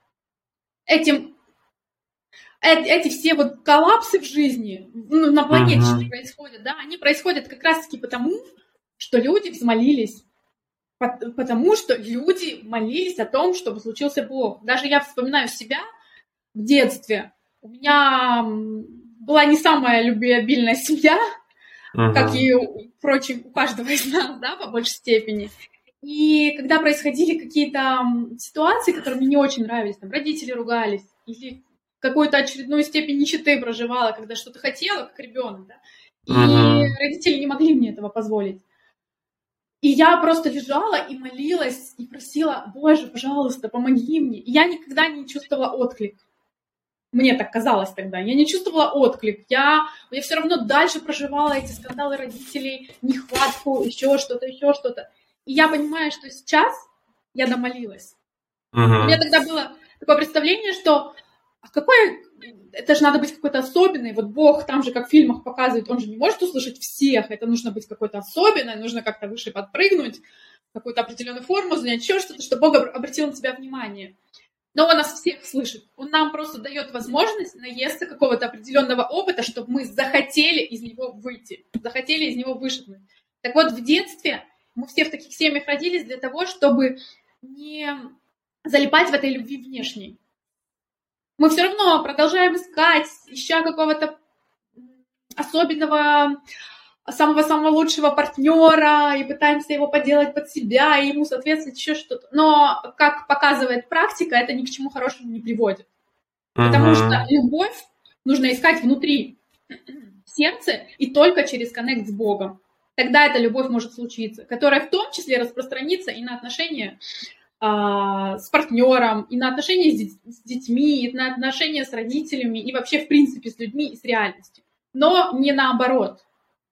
этим, э, эти все вот коллапсы в жизни, ну, на планете uh-huh. что происходят, да, они происходят как раз-таки потому, что люди взмолились, потому что люди молились о том, чтобы случился Бог. Даже я вспоминаю себя в детстве. У меня была не самая любвеобильная семья, uh-huh. как и, впрочем, у каждого из нас, да, по большей степени. И когда происходили какие-то ситуации, которые мне не очень нравились, там родители ругались, или какую-то очередную степень нищеты проживала, когда что-то хотела, как ребенок, да, и uh-huh. родители не могли мне этого позволить. И я просто лежала и молилась, и просила, Боже, пожалуйста, помоги мне. И я никогда не чувствовала отклик. Мне так казалось тогда. Я не чувствовала отклик. Я, я все равно дальше проживала эти скандалы родителей, нехватку, еще что-то, еще что-то. И я понимаю, что сейчас я домолилась. Uh-huh. У меня тогда было такое представление, что а какое... это же надо быть какой-то особенной. Вот Бог там же, как в фильмах показывают, он же не может услышать всех. Это нужно быть какой-то особенной, нужно как-то выше подпрыгнуть, какую-то определенную форму занять, еще что-то, чтобы Бог обратил на тебя внимание. Но он нас всех слышит. Он нам просто дает возможность наесться какого-то определенного опыта, чтобы мы захотели из него выйти, захотели из него вышагнуть. Так вот, в детстве мы все в таких семьях родились для того, чтобы не залипать в этой любви внешней. Мы все равно продолжаем искать, ища какого-то особенного, самого-самого лучшего партнера, и пытаемся его поделать под себя, и ему соответствовать еще что-то. Но, как показывает практика, это ни к чему хорошему не приводит. Uh-huh. Потому что любовь нужно искать внутри, в сердце, и только через коннект с Богом. Тогда эта любовь может случиться, которая в том числе распространится и на отношения с партнером, и на отношения с детьми, и на отношения с родителями, и вообще, в принципе, с людьми и с реальностью. Но не наоборот.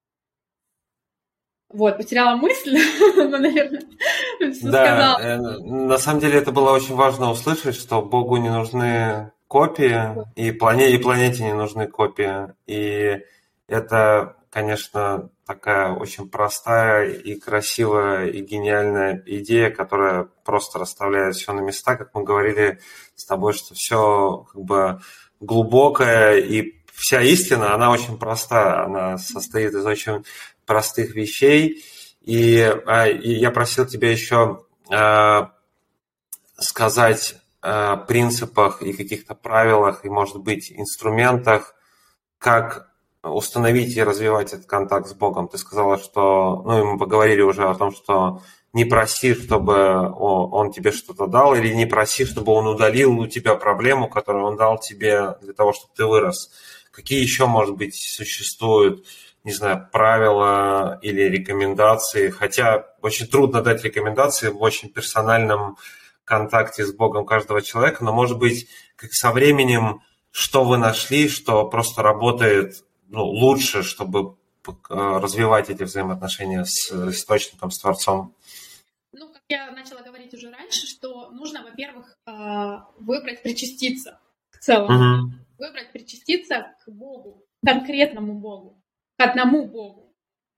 Вот, потеряла мысль, но, наверное, все сказала. Да, на самом деле это было очень важно услышать, что Богу не нужны копии, и планете, и планете не нужны копии. И это, конечно, такая очень простая и красивая и гениальная идея, которая просто расставляет все на места, как мы говорили с тобой, что все как бы глубокое и вся истина, она очень проста, она состоит из очень простых вещей. И, и я просил тебя еще сказать о принципах и каких-то правилах, и, может быть, инструментах, как установить и развивать этот контакт с Богом. Ты сказала, что, ну, и мы поговорили уже о том, что не проси, чтобы он тебе что-то дал, или не проси, чтобы он удалил у тебя проблему, которую он дал тебе для того, чтобы ты вырос. Какие еще, может быть, существуют, не знаю, правила или рекомендации? Хотя очень трудно дать рекомендации в очень персональном контакте с Богом каждого человека, но, может быть, как со временем, что вы нашли, что просто работает, ну, лучше, чтобы развивать эти взаимоотношения с Источником, с Творцом? Ну, как я начала говорить уже раньше, что нужно, во-первых, выбрать причаститься к целому. Uh-huh. Выбрать причаститься к Богу, к конкретному Богу, к одному Богу.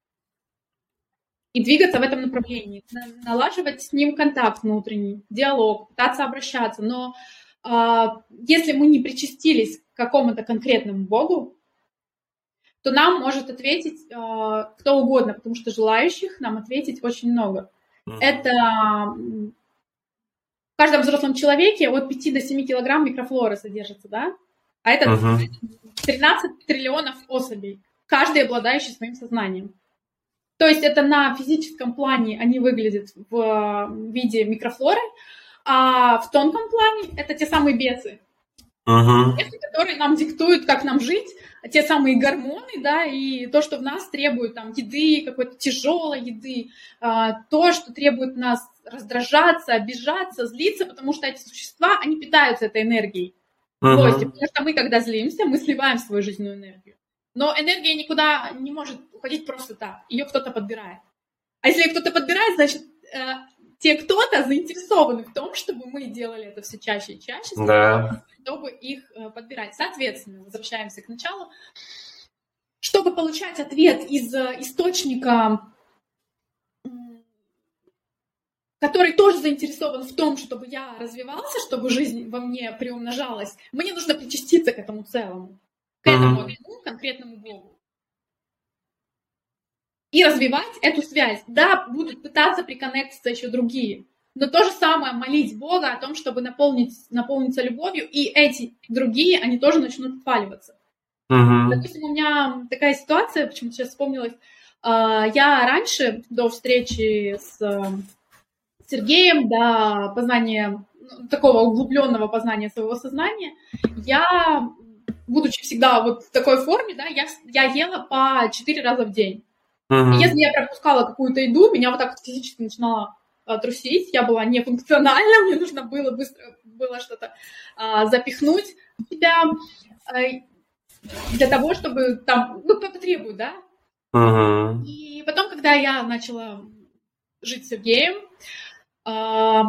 И двигаться в этом направлении, налаживать с Ним контакт внутренний, диалог, пытаться обращаться. Но э, если мы не причастились к какому-то конкретному Богу, то нам может ответить э, кто угодно, потому что желающих нам ответить очень много. Mm-hmm. Это в каждом взрослом человеке от пяти до семи килограмм микрофлоры содержится, да? А это mm-hmm. тринадцать триллионов особей, каждый обладающий своим сознанием. То есть это на физическом плане они выглядят в виде микрофлоры, а в тонком плане это те самые бесы, uh-huh. бесы, которые нам диктуют, как нам жить, те самые гормоны, да, и то, что в нас требует там еды, какой-то тяжелой еды, то, что требует нас раздражаться, обижаться, злиться, потому что эти существа, они питаются этой энергией. Uh-huh. То есть, потому что мы, когда злимся, мы сливаем свою жизненную энергию. Но энергия никуда не может уходить просто так. Ее кто-то подбирает. А если кто-то подбирает, значит, э, те кто-то заинтересованы в том, чтобы мы делали это все чаще и чаще, да. чтобы их э, подбирать. Соответственно, возвращаемся к началу. Чтобы получать ответ из э, источника, э, который тоже заинтересован в том, чтобы я развивался, чтобы жизнь во мне приумножалась, мне нужно причаститься к этому целому. К этому одному конкретному Богу. И развивать эту связь. Да, будут пытаться приконнектиться еще другие, но то же самое молить Бога о том, чтобы наполнить, наполниться любовью, и эти другие, они тоже начнут отваливаться. Uh-huh. Допустим, у меня такая ситуация, почему-то сейчас вспомнилась. Я раньше, до встречи с Сергеем, до познания, такого углубленного познания своего сознания, я... будучи всегда вот в такой форме, да, я, я ела по четыре раза в день. Uh-huh. И если я пропускала какую-то еду, меня вот так вот физически начинало а, трусить, я была нефункциональна, мне нужно было быстро было что-то а, запихнуть в себя а, для того, чтобы там, ну, потребует, да. Uh-huh. И потом, когда я начала жить с Сергеем, а,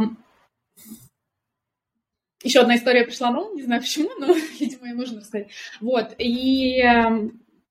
еще одна история пришла, ну, не знаю почему, но, видимо, ей нужно рассказать. Вот, и э,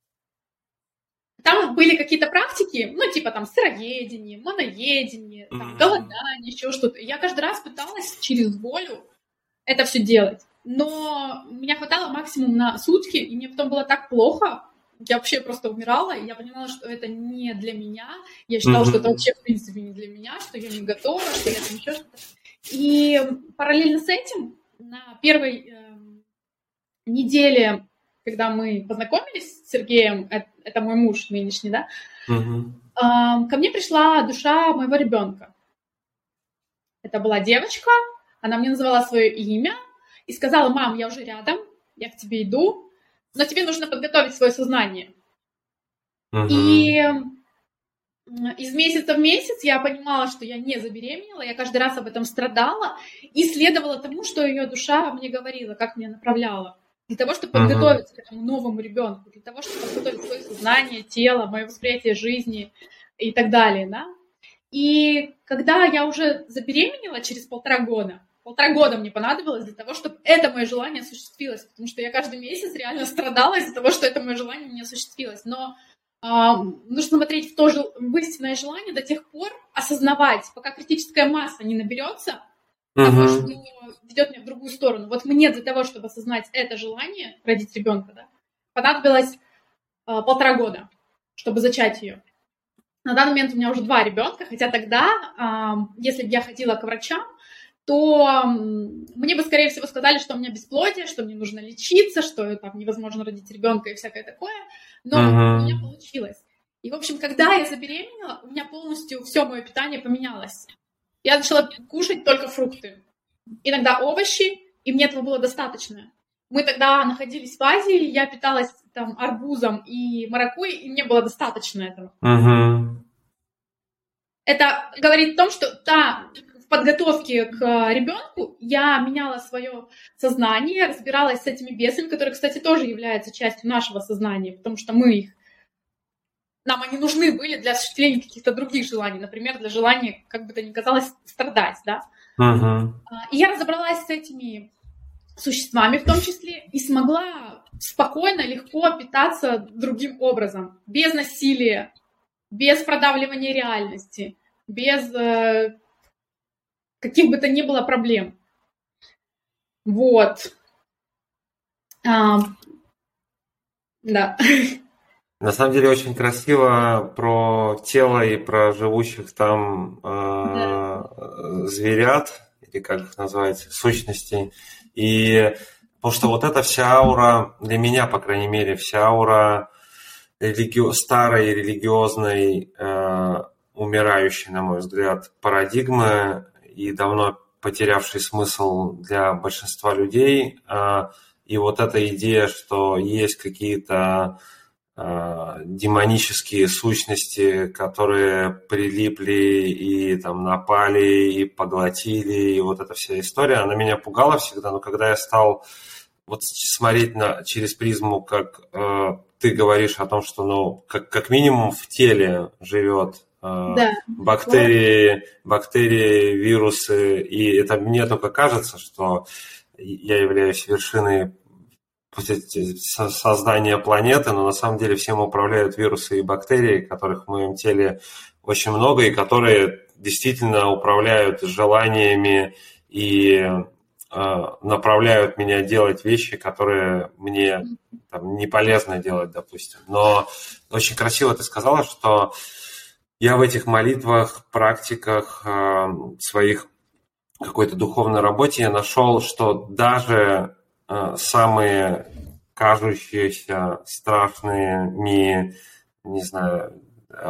там были какие-то практики, ну, типа там сыроедение, моноедение, там, голодание, еще что-то. Я каждый раз пыталась через волю это все делать, но меня хватало максимум на сутки, и мне потом было так плохо, я вообще просто умирала, и я понимала, что это не для меня. Я считала, mm-hmm. что это вообще, в принципе, не для меня, что я не готова, что я там еще что-то. И параллельно с этим на первой э, неделе, когда мы познакомились с Сергеем, это, это мой муж нынешний, да, uh-huh. э, ко мне пришла душа моего ребенка. Это была девочка, она мне назвала свое имя и сказала: мам, я уже рядом, я к тебе иду, но тебе нужно подготовить свое сознание. Uh-huh. И из месяца в месяц я понимала, что я не забеременела, я каждый раз об этом страдала и следовала тому, что ее душа мне говорила, как меня направляла. Для того, чтобы uh-huh. подготовиться к этому новому ребенку, для того, чтобы подготовить свое сознание, тело, мое восприятие жизни и так далее, да. И когда я уже забеременела через полтора года, полтора года мне понадобилось для того, чтобы это мое желание осуществилось, потому что я каждый месяц реально страдала из-за того, что это мое желание не осуществилось. Но а, нужно смотреть в то же в истинное желание до тех пор, осознавать, пока критическая масса не наберется, uh-huh. того, что ведет меня в другую сторону. Вот мне для того, чтобы осознать это желание, родить ребенка, да, понадобилось а, полтора года, чтобы зачать ее. На данный момент у меня уже два ребенка, хотя тогда, а, если бы я ходила к врачам, то мне бы, скорее всего, сказали, что у меня бесплодие, что мне нужно лечиться, что там невозможно родить ребенка и всякое такое. Но uh-huh. у меня получилось. И, в общем, когда я забеременела, у меня полностью все мое питание поменялось. Я начала кушать только фрукты, иногда овощи, и мне этого было достаточно. Мы тогда находились в Азии, я питалась там арбузом и маракуйей, и мне было достаточно этого. Uh-huh. Это говорит о том, что та... в подготовке к ребенку я меняла свое сознание, разбиралась с этими бесами, которые, кстати, тоже являются частью нашего сознания, потому что мы их, нам они нужны были для осуществления каких-то других желаний, например, для желания, как бы то ни казалось, страдать, да. Uh-huh. И я разобралась с этими существами в том числе и смогла спокойно, легко питаться другим образом, без насилия, без продавливания реальности, без каких бы то ни было проблем. Вот. А, да. На самом деле очень красиво про тело и про живущих там э, да. зверят, или как их называть, сущностей. И потому что вот эта вся аура, для меня, по крайней мере, вся аура религи... старой религиозной, э, умирающей, на мой взгляд, парадигмы и давно потерявший смысл для большинства людей. Э, и вот эта идея, что есть какие-то демонические сущности, которые прилипли и там напали, и поглотили, и вот эта вся история, она меня пугала всегда, но когда я стал вот смотреть на, через призму, как э, ты говоришь о том, что, ну, как, как минимум в теле живет э, да. бактерии, бактерии, вирусы, и это мне только кажется, что я являюсь вершиной создания планеты, но на самом деле всем управляют вирусы и бактерии, которых в моем теле очень много, и которые действительно управляют желаниями и э, направляют меня делать вещи, которые мне там, не полезно делать, допустим. Но очень красиво ты сказала, что я в этих молитвах, практиках э, своих какой-то духовной работе я нашел, что даже самые кажущиеся страшными, не знаю,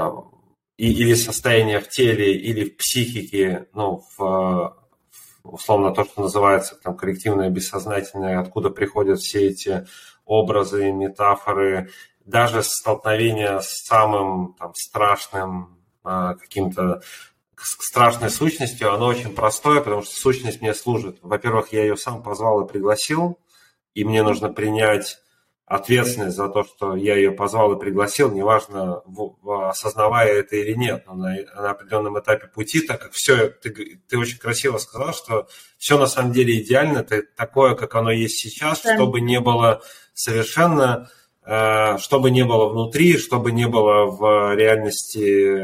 или состояния в теле, или в психике, ну, в, условно, то, что называется там коллективное бессознательное, откуда приходят все эти образы, метафоры, даже столкновение с самым там, страшным каким-то страшной сущностью, оно очень простое, потому что сущность мне служит. Во-первых, я ее сам позвал и пригласил, и мне нужно принять ответственность за то, что я ее позвал и пригласил, неважно, осознавая это или нет, но на, на определенном этапе пути, так как все, ты, ты очень красиво сказал, что все на самом деле идеально, это такое, как оно есть сейчас, да. Чтобы не было совершенно, чтобы не было внутри, чтобы не было в реальности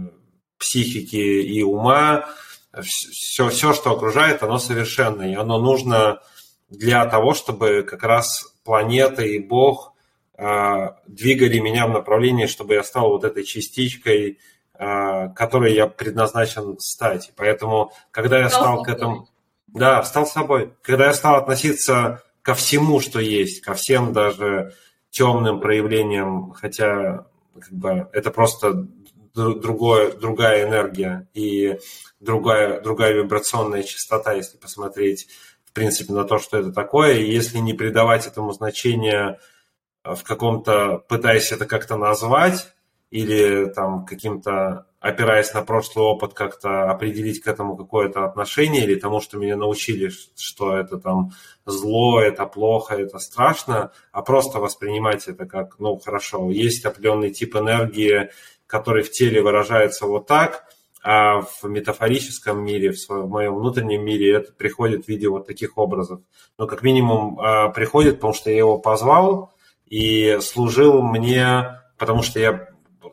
психики и ума, все, все, что окружает, оно совершенно, и оно нужно для того, чтобы как раз планета и Бог э, двигали меня в направлении, чтобы я стал вот этой частичкой, э, которой я предназначен стать. И поэтому, когда я стал, стал к этому... Да, стал собой. Когда я стал относиться ко всему, что есть, ко всем даже темным проявлениям, хотя как бы, это просто другое, другая энергия и другая, другая вибрационная частота, если посмотреть в принципе, на то, что это такое, и если не придавать этому значения в каком-то, пытаясь это как-то назвать, или там каким-то, опираясь на прошлый опыт, как-то определить к этому какое-то отношение, или тому, что меня научили, что это там зло, это плохо, это страшно, а просто воспринимать это как, ну, хорошо, есть определенный тип энергии, который в теле выражается вот так, а в метафорическом мире, в, своем, в моем внутреннем мире это приходит в виде вот таких образов. Но как минимум э, приходит, потому что я его позвал и служил мне, потому что я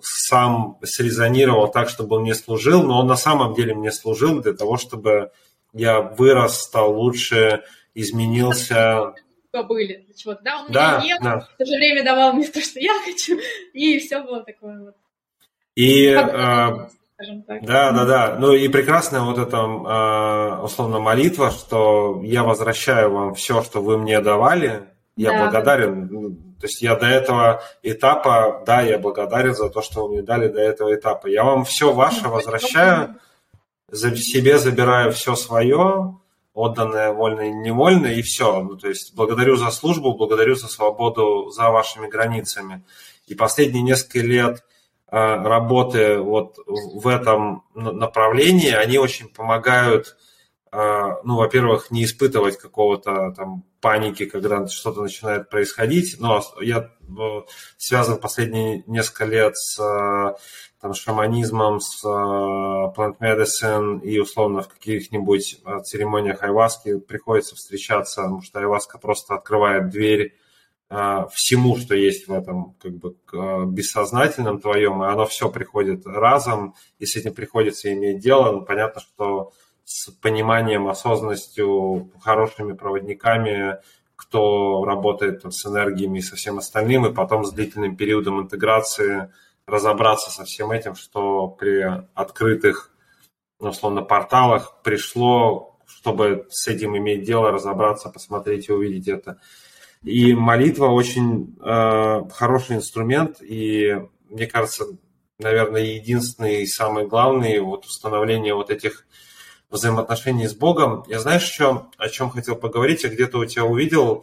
сам срезонировал так, чтобы он мне служил, но он на самом деле мне служил для того, чтобы я вырос, стал лучше, изменился, были для чего-то. Да, он Да, меня ел, да. в то же время давал мне то, что я хочу, и все было такое вот. И, э, скажем так. да, да, да. Ну и прекрасная вот эта, э, условно, молитва, что я возвращаю вам все, что вы мне давали, я Да, благодарен. да. То есть я до этого этапа, да, я благодарен за то, что вы мне дали до этого этапа. Я вам все ваше возвращаю, за себе забираю все свое, отданное вольно и невольно, и все. Ну, то есть благодарю за службу, благодарю за свободу за вашими границами. И последние несколько лет работы вот в этом направлении, они очень помогают, ну, во-первых, не испытывать какого-то там паники, когда что-то начинает происходить. Но я связан последние несколько лет с там, шаманизмом, с plant medicine, и условно в каких-нибудь церемониях айваски приходится встречаться, потому что айваска просто открывает дверь всему, что есть в этом как бы бессознательном твоем, и оно все приходит разом, и с этим приходится иметь дело. Ну, понятно, что с пониманием, осознанностью, хорошими проводниками, кто работает там, с энергиями и со всем остальным, и потом с длительным периодом интеграции разобраться со всем этим, что при открытых, условно, порталах пришло, чтобы с этим иметь дело, разобраться, посмотреть и увидеть это. И молитва очень э, хороший инструмент, и, мне кажется, наверное, единственный и самый главный вот установление вот этих взаимоотношений с Богом. Я, знаешь, что, о чем хотел поговорить? Я где-то у тебя увидел,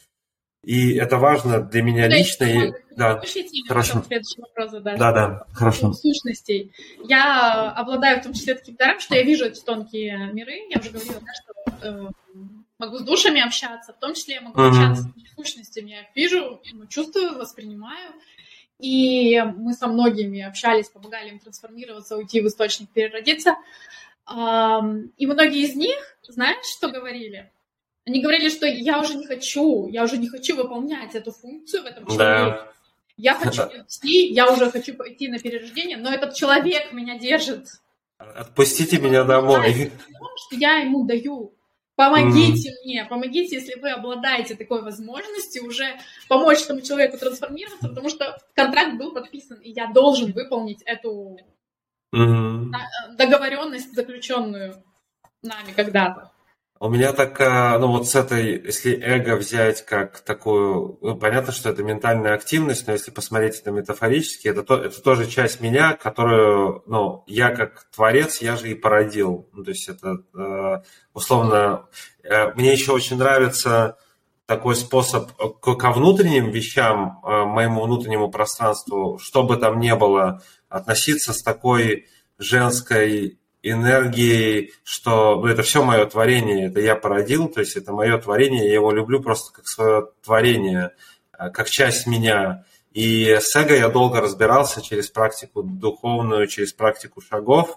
и это важно для меня да, лично. И... Да, хорошо. Следующий вопрос задашь. Да, да, хорошо. Сущностей. Я обладаю в том числе таким даром, что я вижу эти тонкие миры. Я уже говорила, да, что э, могу с душами общаться, в том числе я могу mm-hmm. общаться с сущностями. Я их вижу, чувствую, воспринимаю. И мы со многими общались, помогали им трансформироваться, уйти в источник, переродиться. И многие из них, знаешь, что говорили? Они говорили, что я уже не хочу, я уже не хочу выполнять эту функцию в этом человеке. Да. Я хочу идти, я уже хочу пойти на перерождение, но этот человек меня держит. Отпустите меня домой. Что я ему даю. Помогите mm. мне, помогите, если вы обладаете такой возможностью, уже помочь этому человеку трансформироваться, потому что контракт был подписан, и я должен выполнить эту mm. договоренность, заключенную нами когда-то. У меня так, ну вот с этой, если эго взять как такую, ну, понятно, что это ментальная активность, но если посмотреть это метафорически, это, то, это тоже часть меня, которую, ну, я как творец, я же и породил. Ну, то есть это, условно, мне еще очень нравится такой способ ко внутренним вещам, моему внутреннему пространству, что бы там ни было, относиться с такой женской энергией, что ну, это все мое творение, это я породил, то есть это мое творение, я его люблю просто как свое творение, как часть меня. И с эго я долго разбирался через практику духовную, через практику шагов,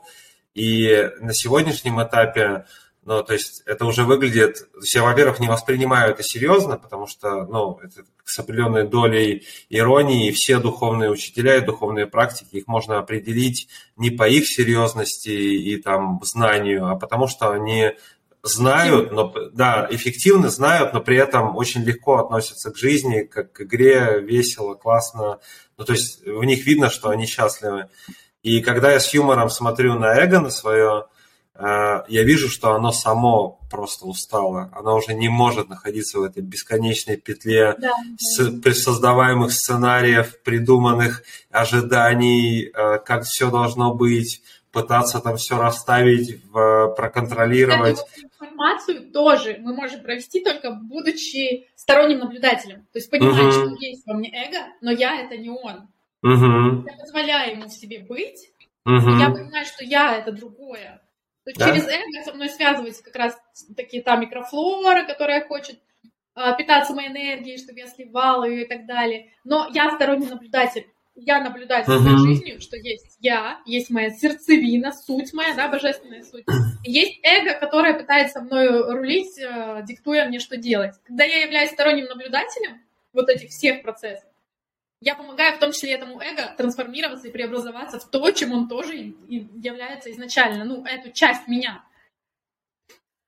и на сегодняшнем этапе, ну, то есть это уже выглядит, то есть я, во-первых, не воспринимаю это серьезно, потому что, ну, это с определенной долей иронии, и все духовные учителя и духовные практики, их можно определить не по их серьезности и там знанию, а потому что они знают, но, да, эффективно знают, но при этом очень легко относятся к жизни, как к игре, весело, классно, ну, то есть в них видно, что они счастливы. И когда я с юмором смотрю на эго, на свое, я вижу, что оно само просто устало. Оно уже не может находиться в этой бесконечной петле да, да. создаваемых сценариев, придуманных ожиданий, как все должно быть, пытаться там все расставить, проконтролировать. Информацию тоже мы можем провести, только будучи сторонним наблюдателем. То есть понимать, угу. что есть во мне эго, но я это не он. Угу. Я позволяю ему в себе быть, угу. и я понимаю, что я это другое. То есть да? Через эго со мной связывается как раз такие та микрофлора, которая хочет э, питаться моей энергией, чтобы я сливала ее и так далее. Но я сторонний наблюдатель. Я наблюдаю за своей uh-huh. жизнью, что есть я, есть моя сердцевина, суть моя, да, божественная суть. И есть эго, которое пытается мною рулить, э, диктуя мне, что делать. Когда я являюсь сторонним наблюдателем вот этих всех процессов, я помогаю в том числе этому эго трансформироваться и преобразоваться в то, чем он тоже и является изначально, ну, эту часть меня.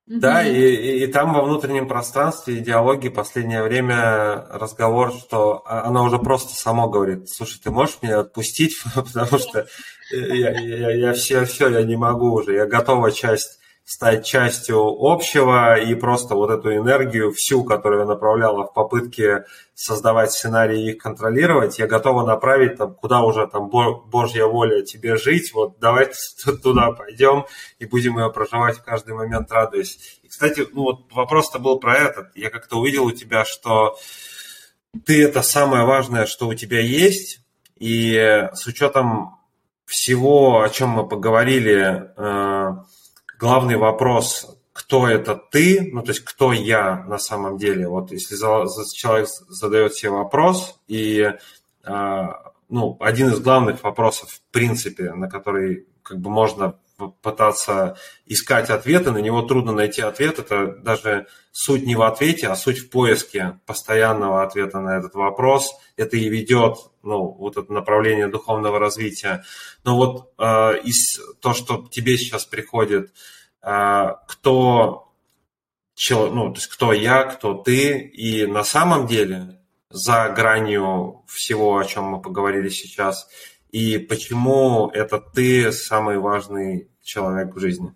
Да, Мгм. и, и, и там во внутреннем пространстве идеологии последнее время разговор, что а- она уже просто само говорит: слушай, ты можешь меня отпустить, потому что я, я, я все, все, я не могу уже, я готова часть стать частью общего, и просто вот эту энергию всю, которую я направляла в попытке создавать сценарии и их контролировать, я готова направить там, куда уже там Божья воля тебе жить, вот давай туда пойдем и будем ее проживать в каждый момент, радуясь. И, кстати, ну вот вопрос-то был про это. Я как-то увидел у тебя, что ты это самое важное, что у тебя есть, и с учетом всего, о чем мы поговорили, главный вопрос, кто это ты, ну то есть кто я на самом деле. Вот если человек задает себе вопрос, и ну, один из главных вопросов, в принципе, на который как бы можно пытаться искать ответы, на него трудно найти ответ. Это даже суть не в ответе, а суть в поиске постоянного ответа на этот вопрос. Это и ведет, ну, вот это направление духовного развития. Но вот э, из то, что тебе сейчас приходит, э, кто, ну, то есть кто я, кто ты, и на самом деле за гранью всего, о чем мы поговорили сейчас, и почему это ты самый важный человек в жизни?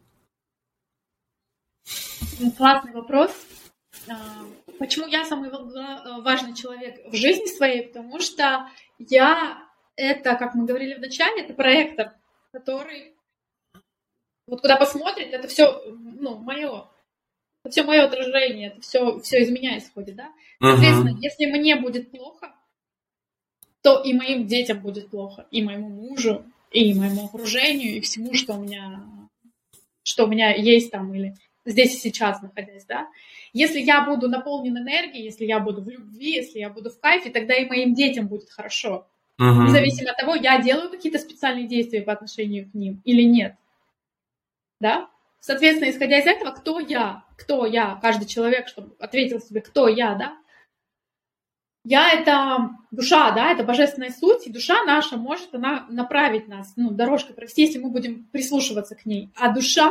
Классный вопрос. Почему я самый важный человек в жизни своей? Потому что я, это, как мы говорили вначале, это проектор, который вот куда посмотрит, это все, ну, мое. Это все мое отражение, это все, все из меня исходит, да? Соответственно, uh-huh. если мне будет плохо, то и моим детям будет плохо, и моему мужу, и моему окружению, и всему, что у меня, что у меня есть там, или здесь и сейчас находясь, да. Если я буду наполнен энергией, если я буду в любви, если я буду в кайфе, тогда и моим детям будет хорошо. Uh-huh. Независимо от того, я делаю какие-то специальные действия по отношению к ним или нет. Да? Соответственно, исходя из этого, кто я? Кто я? Каждый человек, чтобы ответил себе, кто я, да? Я — это душа, да, это божественная суть, и душа наша может она направить нас, ну, дорожкой провести, если мы будем прислушиваться к ней. А душа,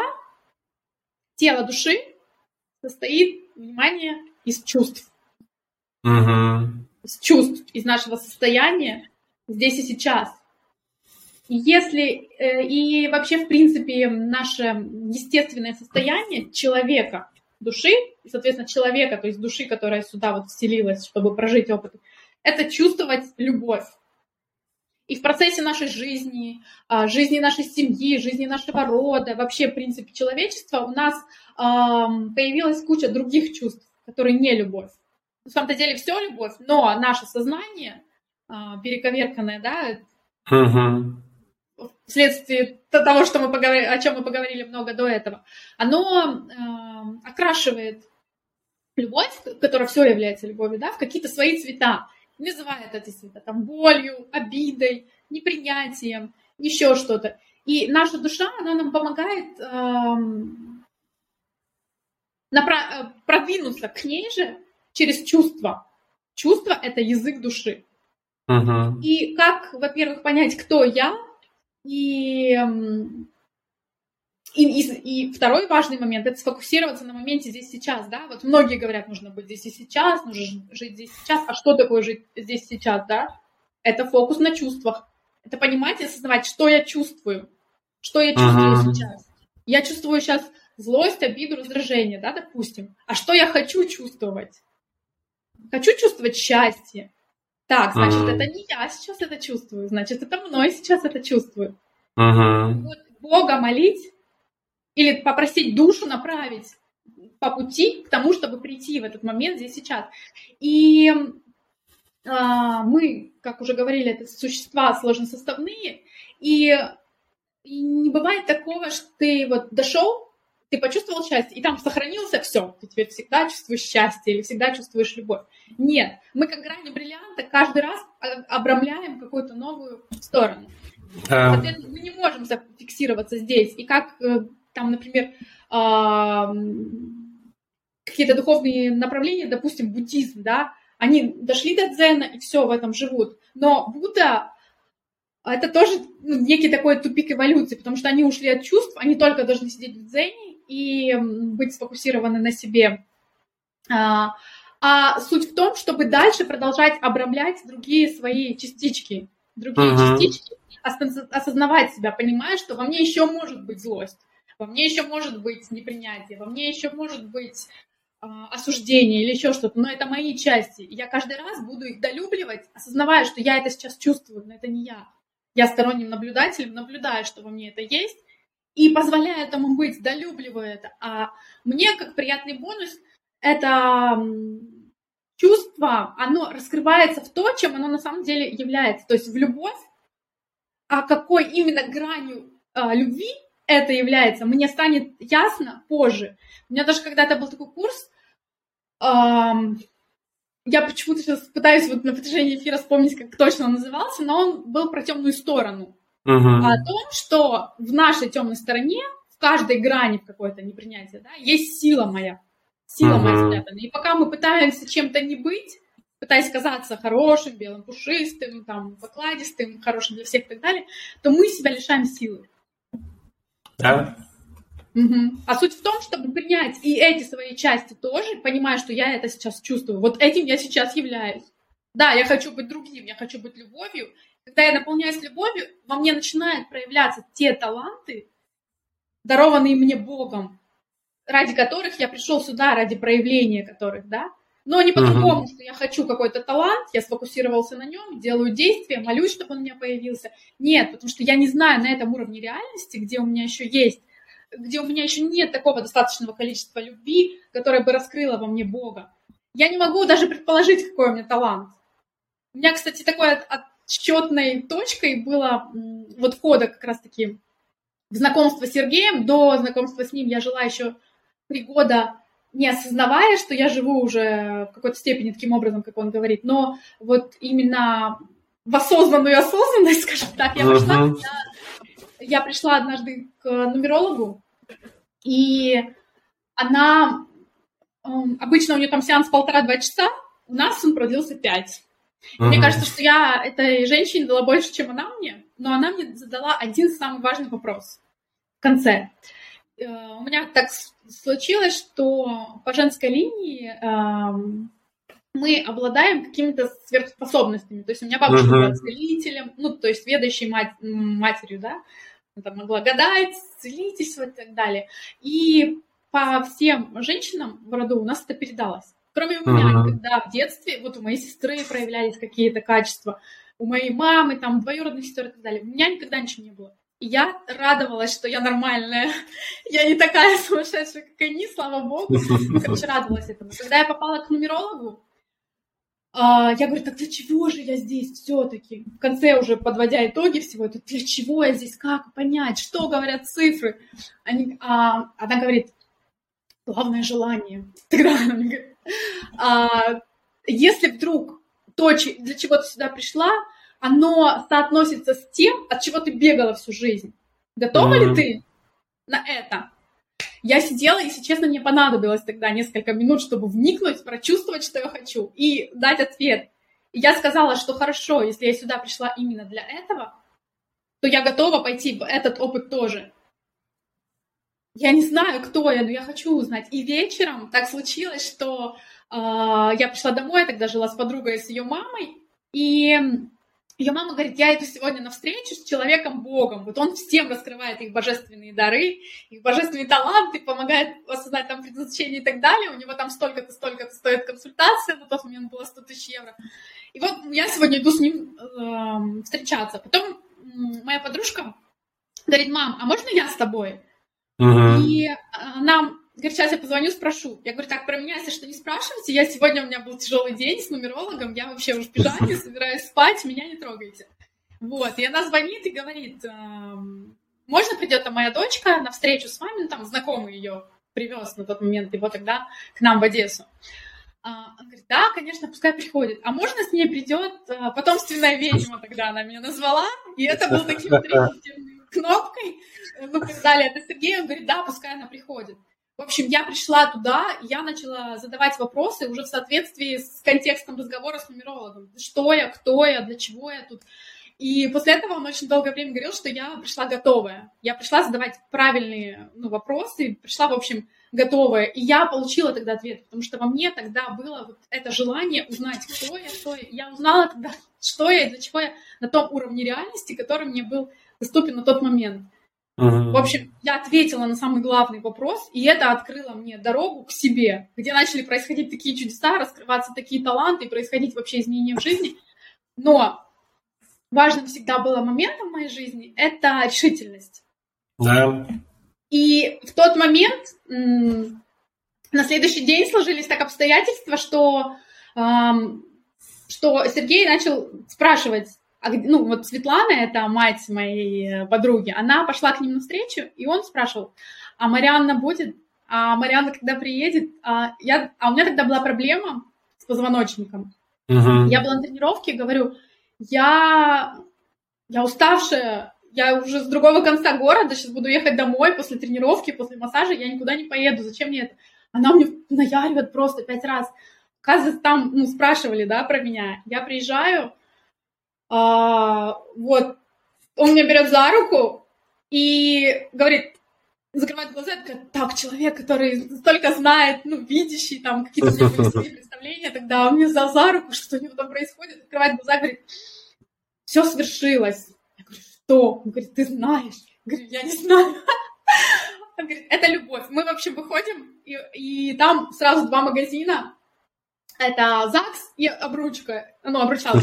тело души состоит, внимание, из чувств. Uh-huh. Из чувств, из нашего состояния здесь и сейчас. И если, и вообще, в принципе, наше естественное состояние человека, души, и, соответственно, человека, то есть души, которая сюда вот вселилась, чтобы прожить опыт, это чувствовать любовь. И в процессе нашей жизни, жизни нашей семьи, жизни нашего рода, вообще, в принципе, человечества, у нас появилась куча других чувств, которые не любовь. На самом деле все любовь, но наше сознание, перековерканное, да, uh-huh. вследствие того, что мы поговорили, о чем мы поговорили много до этого, оно э, окрашивает любовь, которая все является любовью, да, в какие-то свои цвета. Называет эти цвета там болью, обидой, непринятием, еще что-то. И наша душа, она нам помогает э, напра- продвинуться к ней же через чувства. Чувство — это язык души. Uh-huh. И как, во-первых, понять, кто я, И, и, и, и второй важный момент — это сфокусироваться на моменте здесь сейчас, да, вот многие говорят, нужно быть здесь и сейчас, нужно жить здесь и сейчас, а что такое жить здесь и сейчас, да? Это фокус на чувствах, это понимать и осознавать, что я чувствую, что я чувствую uh-huh. сейчас. Я чувствую сейчас злость, обиду, раздражение, да, допустим, а что я хочу чувствовать? Хочу чувствовать счастье. Так, значит, uh-huh. это не я сейчас это чувствую, значит, это мной сейчас это чувствую. Uh-huh. Вот Бога молить или попросить душу направить по пути к тому, чтобы прийти в этот момент здесь сейчас. И а, мы, как уже говорили, это существа сложносоставные, и, и не бывает такого, что ты вот дошел, ты почувствовал счастье, и там сохранился все. Ты теперь всегда чувствуешь счастье или всегда чувствуешь любовь. Нет, мы как грани бриллианта каждый раз обрамляем какую-то новую сторону. А... Соответственно, мы не можем зафиксироваться здесь. И как там, например, какие-то духовные направления, допустим, буддизм, да, они дошли до дзена и все, в этом живут. Но Будда — это тоже, ну, некий такой тупик эволюции, потому что они ушли от чувств, они только должны сидеть в дзене и быть сфокусированы на себе. А, а суть в том, чтобы дальше продолжать обрамлять другие свои частички, другие uh-huh. частички, осознавать себя, понимая, что во мне еще может быть злость, во мне еще может быть непринятие, во мне еще может быть а, осуждение или еще что-то, но это мои части. И я каждый раз буду их долюбливать, осознавая, что я это сейчас чувствую, но это не я. Я сторонним наблюдателем наблюдаю, что во мне это есть, и позволяю этому быть, долюбливаю это. А мне, как приятный бонус, это чувство, оно раскрывается в то, чем оно на самом деле является. То есть в любовь, а какой именно гранью а, любви это является, мне станет ясно позже. У меня даже когда-то был такой курс, эм, я почему-то сейчас пытаюсь вот на протяжении эфира вспомнить, как точно он назывался, но он был про темную сторону. Uh-huh. О том, что в нашей темной стороне, в каждой грани в какой-то непринятия, да, есть сила моя, сила uh-huh. моя спрятана. И пока мы пытаемся чем-то не быть, пытаясь казаться хорошим, белым, пушистым, там, покладистым, хорошим для всех и так далее, то мы себя лишаем силы. Да. Угу. А суть в том, чтобы принять и эти свои части тоже, понимая, что я это сейчас чувствую. Вот этим я сейчас являюсь. Да, я хочу быть другим, я хочу быть любовью. Когда я наполняюсь любовью, во мне начинают проявляться те таланты, дарованные мне Богом, ради которых я пришел сюда, ради проявления которых, да. Но не по-другому, uh-huh. что я хочу какой-то талант, я сфокусировался на нем, делаю действия, молюсь, чтобы он у меня появился. Нет, потому что я не знаю на этом уровне реальности, где у меня еще есть, где у меня еще нет такого достаточного количества любви, которое бы раскрыло во мне Бога. Я не могу даже предположить, какой у меня талант. У меня, кстати, такой отсчетной точкой было вот входа как раз-таки в знакомство с Сергеем. До знакомства с ним я жила еще три года, не осознавая, что я живу уже в какой-то степени таким образом, как он говорит, но вот именно в осознанную осознанность, скажем так, я пришла, uh-huh. когда я пришла однажды к нумерологу, и она, обычно у нее там сеанс полтора-два часа, у нас он продлился пять. Uh-huh. Мне кажется, что я этой женщине дала больше, чем она мне, но она мне задала один самый важный вопрос в конце. У меня так случилось, что по женской линии э, мы обладаем какими-то сверхспособностями. То есть у меня бабушка uh-huh. была целителем, ну, то есть ведающей мать, матерью, да, она там могла гадать, целительствовать и так далее. И по всем женщинам в роду у нас это передалось. Кроме uh-huh. меня, когда в детстве, вот у моей сестры проявлялись какие-то качества, у моей мамы, там, двоюродных сестер и так далее, у меня никогда ничего не было. И я радовалась, что я нормальная. Я не такая сумасшедшая, как они, слава богу. Ну, короче, радовалась этому. Когда я попала к нумерологу, я говорю, так для чего же я здесь все-таки? В конце уже подводя итоги всего, это для чего я здесь, как понять, что говорят цифры? Они, а, она говорит, главное желание. Тогда она мне говорит, а, если вдруг то, для чего ты сюда пришла, оно соотносится с тем, от чего ты бегала всю жизнь. Готова mm-hmm. ли ты на это? Я сидела, и, если честно, мне понадобилось тогда несколько минут, чтобы вникнуть, прочувствовать, что я хочу, и дать ответ. И я сказала, что хорошо, если я сюда пришла именно для этого, то я готова пойти в этот опыт тоже. Я не знаю, кто я, но я хочу узнать. И вечером так случилось, что э, я пришла домой, я тогда жила с подругой, с ее мамой, и ее мама говорит, я иду сегодня на встречу с человеком-богом. Вот он всем раскрывает их божественные дары, их божественные таланты, помогает осознать там предназначение и так далее. У него там столько-то, столько-то стоит консультация, на тот момент было сто тысяч евро. И вот я сегодня иду с ним э, встречаться. Потом э, моя подружка говорит, мам, а можно я с тобой? Uh-huh. И она говорит, сейчас я позвоню, спрошу. Я говорю, так, про меня, если что, не спрашивайте. Я сегодня, у меня был тяжелый день с нумерологом, я вообще уже в пижаме, собираюсь спать, меня не трогайте. Вот, и она звонит и говорит, можно придет там моя дочка на встречу с вами, ну, там знакомый ее привез на тот момент, его тогда к нам в Одессу. Она говорит, да, конечно, пускай приходит. А можно с ней придет потомственная ведьма, тогда она меня назвала, и это был таким требовательным кнопкой. Ну, сказали это Сергею, он говорит, да, пускай она приходит. В общем, я пришла туда, и я начала задавать вопросы уже в соответствии с контекстом разговора с нумерологом. Что я, кто я, для чего я тут. И после этого он очень долгое время говорил, что я пришла готовая. Я пришла задавать правильные ну, вопросы, пришла, в общем, готовая. И я получила тогда ответ, потому что во мне тогда было вот это желание узнать, кто я, что я. Я узнала тогда, что я и для чего я на том уровне реальности, который мне был доступен на тот момент. В общем, я ответила на самый главный вопрос, и это открыло мне дорогу к себе, где начали происходить такие чудеса, раскрываться такие таланты, и происходить вообще изменения в жизни. Но важным всегда было моментом в моей жизни — это решительность. Да. И в тот момент, на следующий день сложились так обстоятельства, что, что Сергей начал спрашивать, А, ну, вот Светлана, это мать моей подруги, она пошла к ним навстречу, и он спрашивал, а Марианна будет? А Марианна когда приедет? А, я, а у меня тогда была проблема с позвоночником. Uh-huh. Я была на тренировке, говорю, я, я уставшая, я уже с другого конца города, сейчас буду ехать домой после тренировки, после массажа, я никуда не поеду, зачем мне это? Она мне наяривает просто пять раз. Оказывается, там ну, спрашивали, да, про меня. Я приезжаю, А, вот, он меня берет за руку и говорит, закрывает глаза, и говорит, так, человек, который столько знает, ну, видящий, там, какие-то у меня были свои представления, тогда он меня взял за руку, что у него там происходит, открывает глаза, говорит, все свершилось. Я говорю, что? Он говорит, ты знаешь. Я говорю, я не знаю. Он говорит, это любовь. Мы вообще выходим, и, и там сразу два магазина. Это ЗАГС и обручка, ну, обручалка.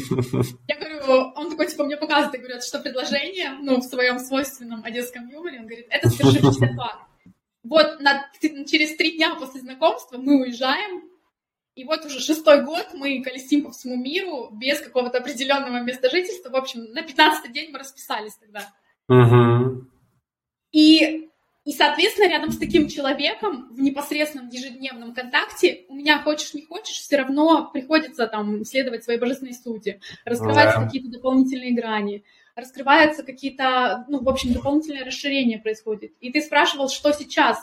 Я говорю, он такой, типа, мне показывает и говорит, что предложение, ну, в своем свойственном одесском юморе, он говорит, это свершившийся факт. Вот на, через три дня после знакомства мы уезжаем, и вот уже шестой год мы колесим по всему миру без какого-то определенного места жительства. В общем, на пятнадцатый день мы расписались тогда. Uh-huh. И... И, соответственно, рядом с таким человеком в непосредственном ежедневном контакте у меня, хочешь не хочешь, все равно приходится там исследовать свои божественные сути, раскрываются yeah. какие-то дополнительные грани, раскрываются какие-то, ну, в общем, дополнительное расширение происходит. И ты спрашивал, что сейчас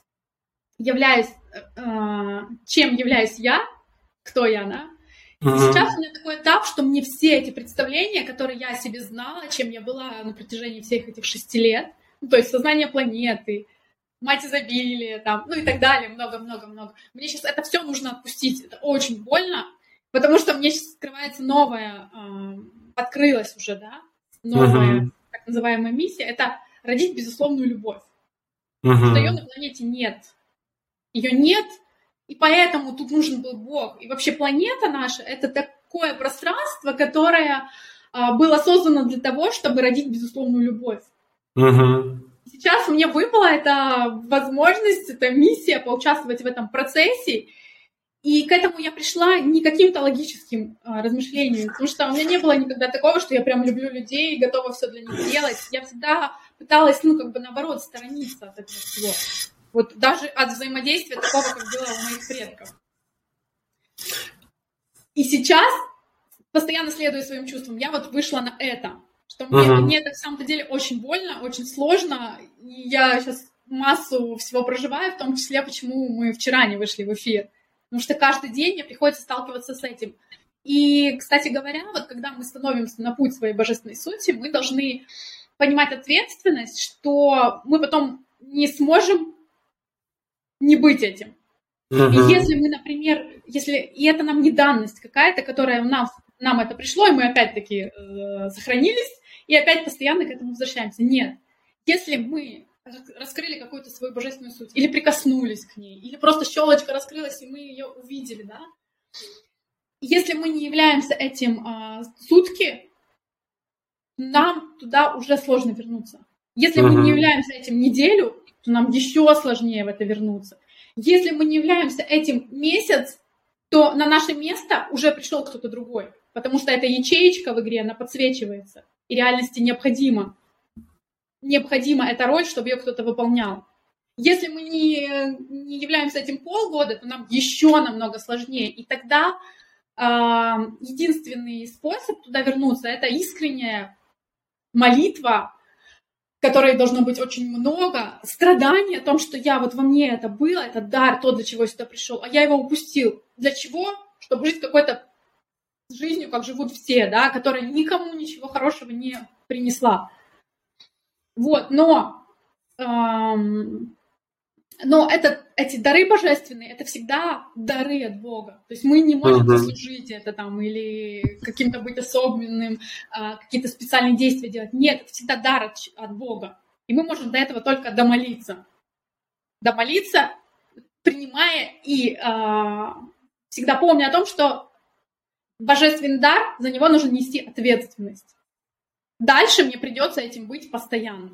являюсь, э, чем являюсь я, кто я, да? Uh-huh. И сейчас у меня такой этап, что мне все эти представления, которые я о себе знала, чем я была на протяжении всех этих шести лет, ну, то есть сознание планеты, мать изобилия, там, ну и так далее, много-много-много. Мне сейчас это все нужно отпустить, это очень больно, потому что мне сейчас скрывается новая, э, открылась уже, да, новая, uh-huh. так называемая миссия, это родить безусловную любовь. Uh-huh. Что ее на планете нет. Ее нет, и поэтому тут нужен был Бог. И вообще планета наша — это такое пространство, которое э, было создано для того, чтобы родить безусловную любовь. Uh-huh. Сейчас мне выпала эта возможность, эта миссия поучаствовать в этом процессе, и к этому я пришла не каким-то логическим а, размышлением, потому что у меня не было никогда такого, что я прям люблю людей и готова все для них делать. Я всегда пыталась, ну, как бы наоборот, сторониться от этого всего. Вот даже от взаимодействия такого, как было у моих предков. И сейчас, постоянно следуя своим чувствам, я вот вышла на это. Что мне, uh-huh. мне это, в самом-то деле, очень больно, очень сложно. И я сейчас массу всего проживаю, в том числе, почему мы вчера не вышли в эфир. Потому что каждый день мне приходится сталкиваться с этим. И, кстати говоря, вот когда мы становимся на путь своей божественной сути, мы должны понимать ответственность, что мы потом не сможем не быть этим. Uh-huh. И если мы, например, если и это нам не данность какая-то, которая у нас нам это пришло, и мы опять-таки э, сохранились, и опять постоянно к этому возвращаемся. Нет. Если мы раскрыли какую-то свою божественную суть, или прикоснулись к ней, или просто щелочка раскрылась, и мы ее увидели, да? Если мы не являемся этим э, сутки, нам туда уже сложно вернуться. Если uh-huh. мы не являемся этим неделю, то нам еще сложнее в это вернуться. Если мы не являемся этим месяц, то на наше место уже пришел кто-то другой. Потому что эта ячеечка в игре, она подсвечивается. И реальности необходимо. Необходима эта роль, чтобы ее кто-то выполнял. Если мы не, не являемся этим полгода, то нам еще намного сложнее. И тогда э, единственный способ туда вернуться — это искренняя молитва, которой должно быть очень много, страдания о том, что я вот во мне это было, это дар, то, для чего я сюда пришел, а я его упустил. Для чего? Чтобы жить какой-то жизнью, как живут все, да, которая никому ничего хорошего не принесла. Вот, но, эм, но это, эти дары божественные, это всегда дары от Бога. То есть мы не можем Мгм. заслужить это там или каким-то быть особенным, э, какие-то специальные действия делать. Нет, это всегда дар от, от Бога. И мы можем до этого только домолиться. Домолиться, принимая и э, всегда помня о том, что божественный дар, за него нужно нести ответственность. Дальше мне придется этим быть постоянно.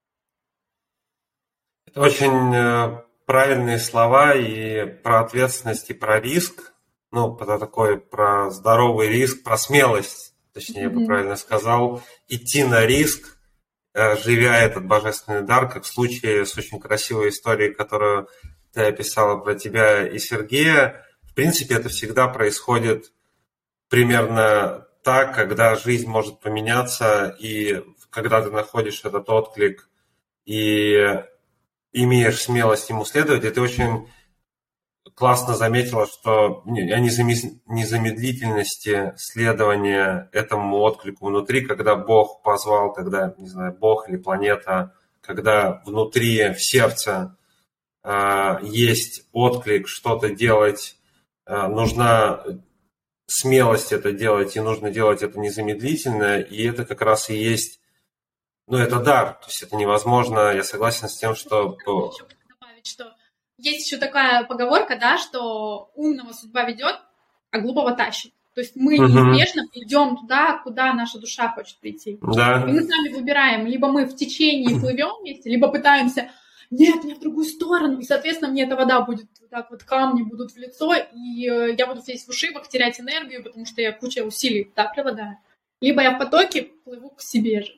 Это очень э, правильные слова и про ответственность, и про риск. Ну, про такой, про здоровый риск, про смелость, точнее, я бы Мгм. правильно сказал, идти на риск, э, живя этот божественный дар, как в случае с очень красивой историей, которую ты описала про тебя и Сергея. В принципе, это всегда происходит примерно так, когда жизнь может поменяться, и когда ты находишь этот отклик и имеешь смелость ему следовать, и ты очень классно заметила, что о незамедлительности следования этому отклику внутри, когда Бог позвал, когда, не знаю, Бог или планета, когда внутри, в сердце э, есть отклик что-то делать, э, нужна смелость это делать, и нужно делать это незамедлительно, и это как раз и есть, ну, это дар, то есть это невозможно, я согласен с тем, что... Хочу добавить, что есть еще такая поговорка, да, что умного судьба ведет, а глупого тащит. То есть мы Мгм. неизбежно придем туда, куда наша душа хочет прийти. Да. И мы сами выбираем, либо мы в течение плывем вместе, либо пытаемся, нет, мне в другую сторону, и, соответственно, мне эта вода будет вот так вот, камни будут в лицо, и э, я буду весь в ушибах, терять энергию, потому что я куча усилий туда прилагаю. Либо я в потоке плыву к себе же.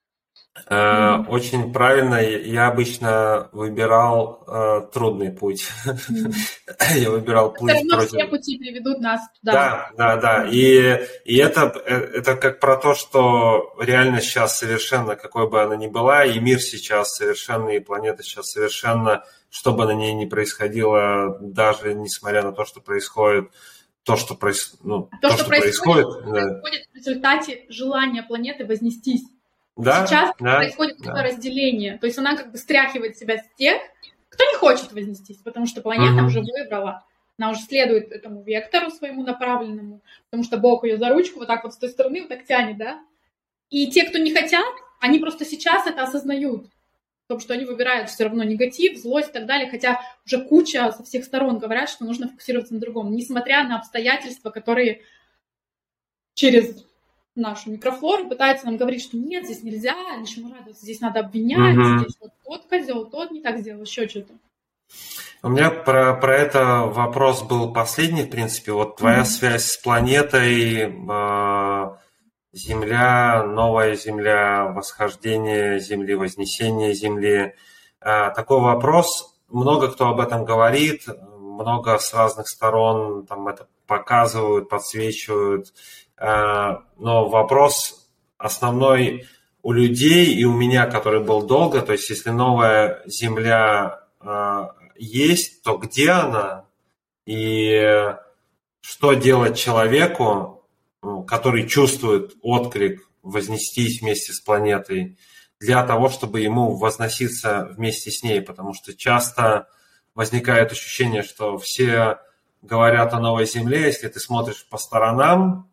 Э, Мгм. Очень правильно. Я обычно выбирал э, трудный путь. Мгм. Я выбирал Все путь равно все против... пути приведут нас туда. Да, да, да. И, и это, э, это как про то, что реальность сейчас совершенно, какой бы она ни была, и мир сейчас совершенно, и планета сейчас совершенно, что бы на ней ни происходило, даже несмотря на то, что происходит, то, что, проис... ну, То, то, что что происходит, происходит, да. происходит в результате желания планеты вознестись. Да, Сейчас да, происходит да. такое разделение. То есть она как бы стряхивает себя с тех, кто не хочет вознестись, потому что планета Мгм. уже выбрала. Она уже следует этому вектору своему направленному, потому что Бог ее за ручку вот так вот с той стороны вот так тянет, да? И те, кто не хотят, они просто сейчас это осознают. Потому что они выбирают все равно негатив, злость и так далее, хотя уже куча со всех сторон говорят, что нужно фокусироваться на другом, несмотря на обстоятельства, которые через нашу микрофлору пытаются нам говорить, что нет, здесь нельзя, ничему радоваться, здесь надо обвинять, Мгм. здесь вот тот козел, тот не так сделал, еще что-то. У меня про, про это вопрос был последний, в принципе. Вот твоя Мгм. связь с планетой, э, Земля, новая Земля, восхождение Земли, вознесение Земли. Э, такой вопрос. Много кто об этом говорит, много с разных сторон там это показывают, подсвечивают. Э, но вопрос основной у людей и у меня, который был долго, то есть если новая Земля э, есть, то где она и что делать человеку, который чувствует отклик вознестись вместе с планетой, для того, чтобы ему возноситься вместе с ней, потому что часто возникает ощущение, что все говорят о новой Земле, если ты смотришь по сторонам,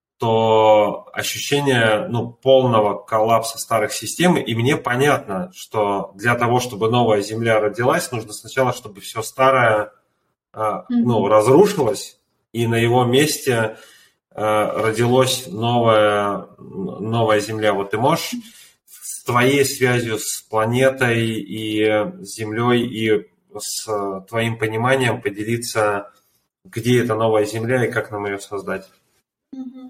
то ощущение ну, полного коллапса старых систем, и мне понятно, что для того, чтобы новая Земля родилась, нужно сначала, чтобы все старое ну, Мгм. разрушилось, и на его месте родилась новая, новая Земля. Вот ты можешь с твоей связью с планетой и с Землей и с твоим пониманием поделиться, где эта новая Земля и как нам ее создать? Мгм.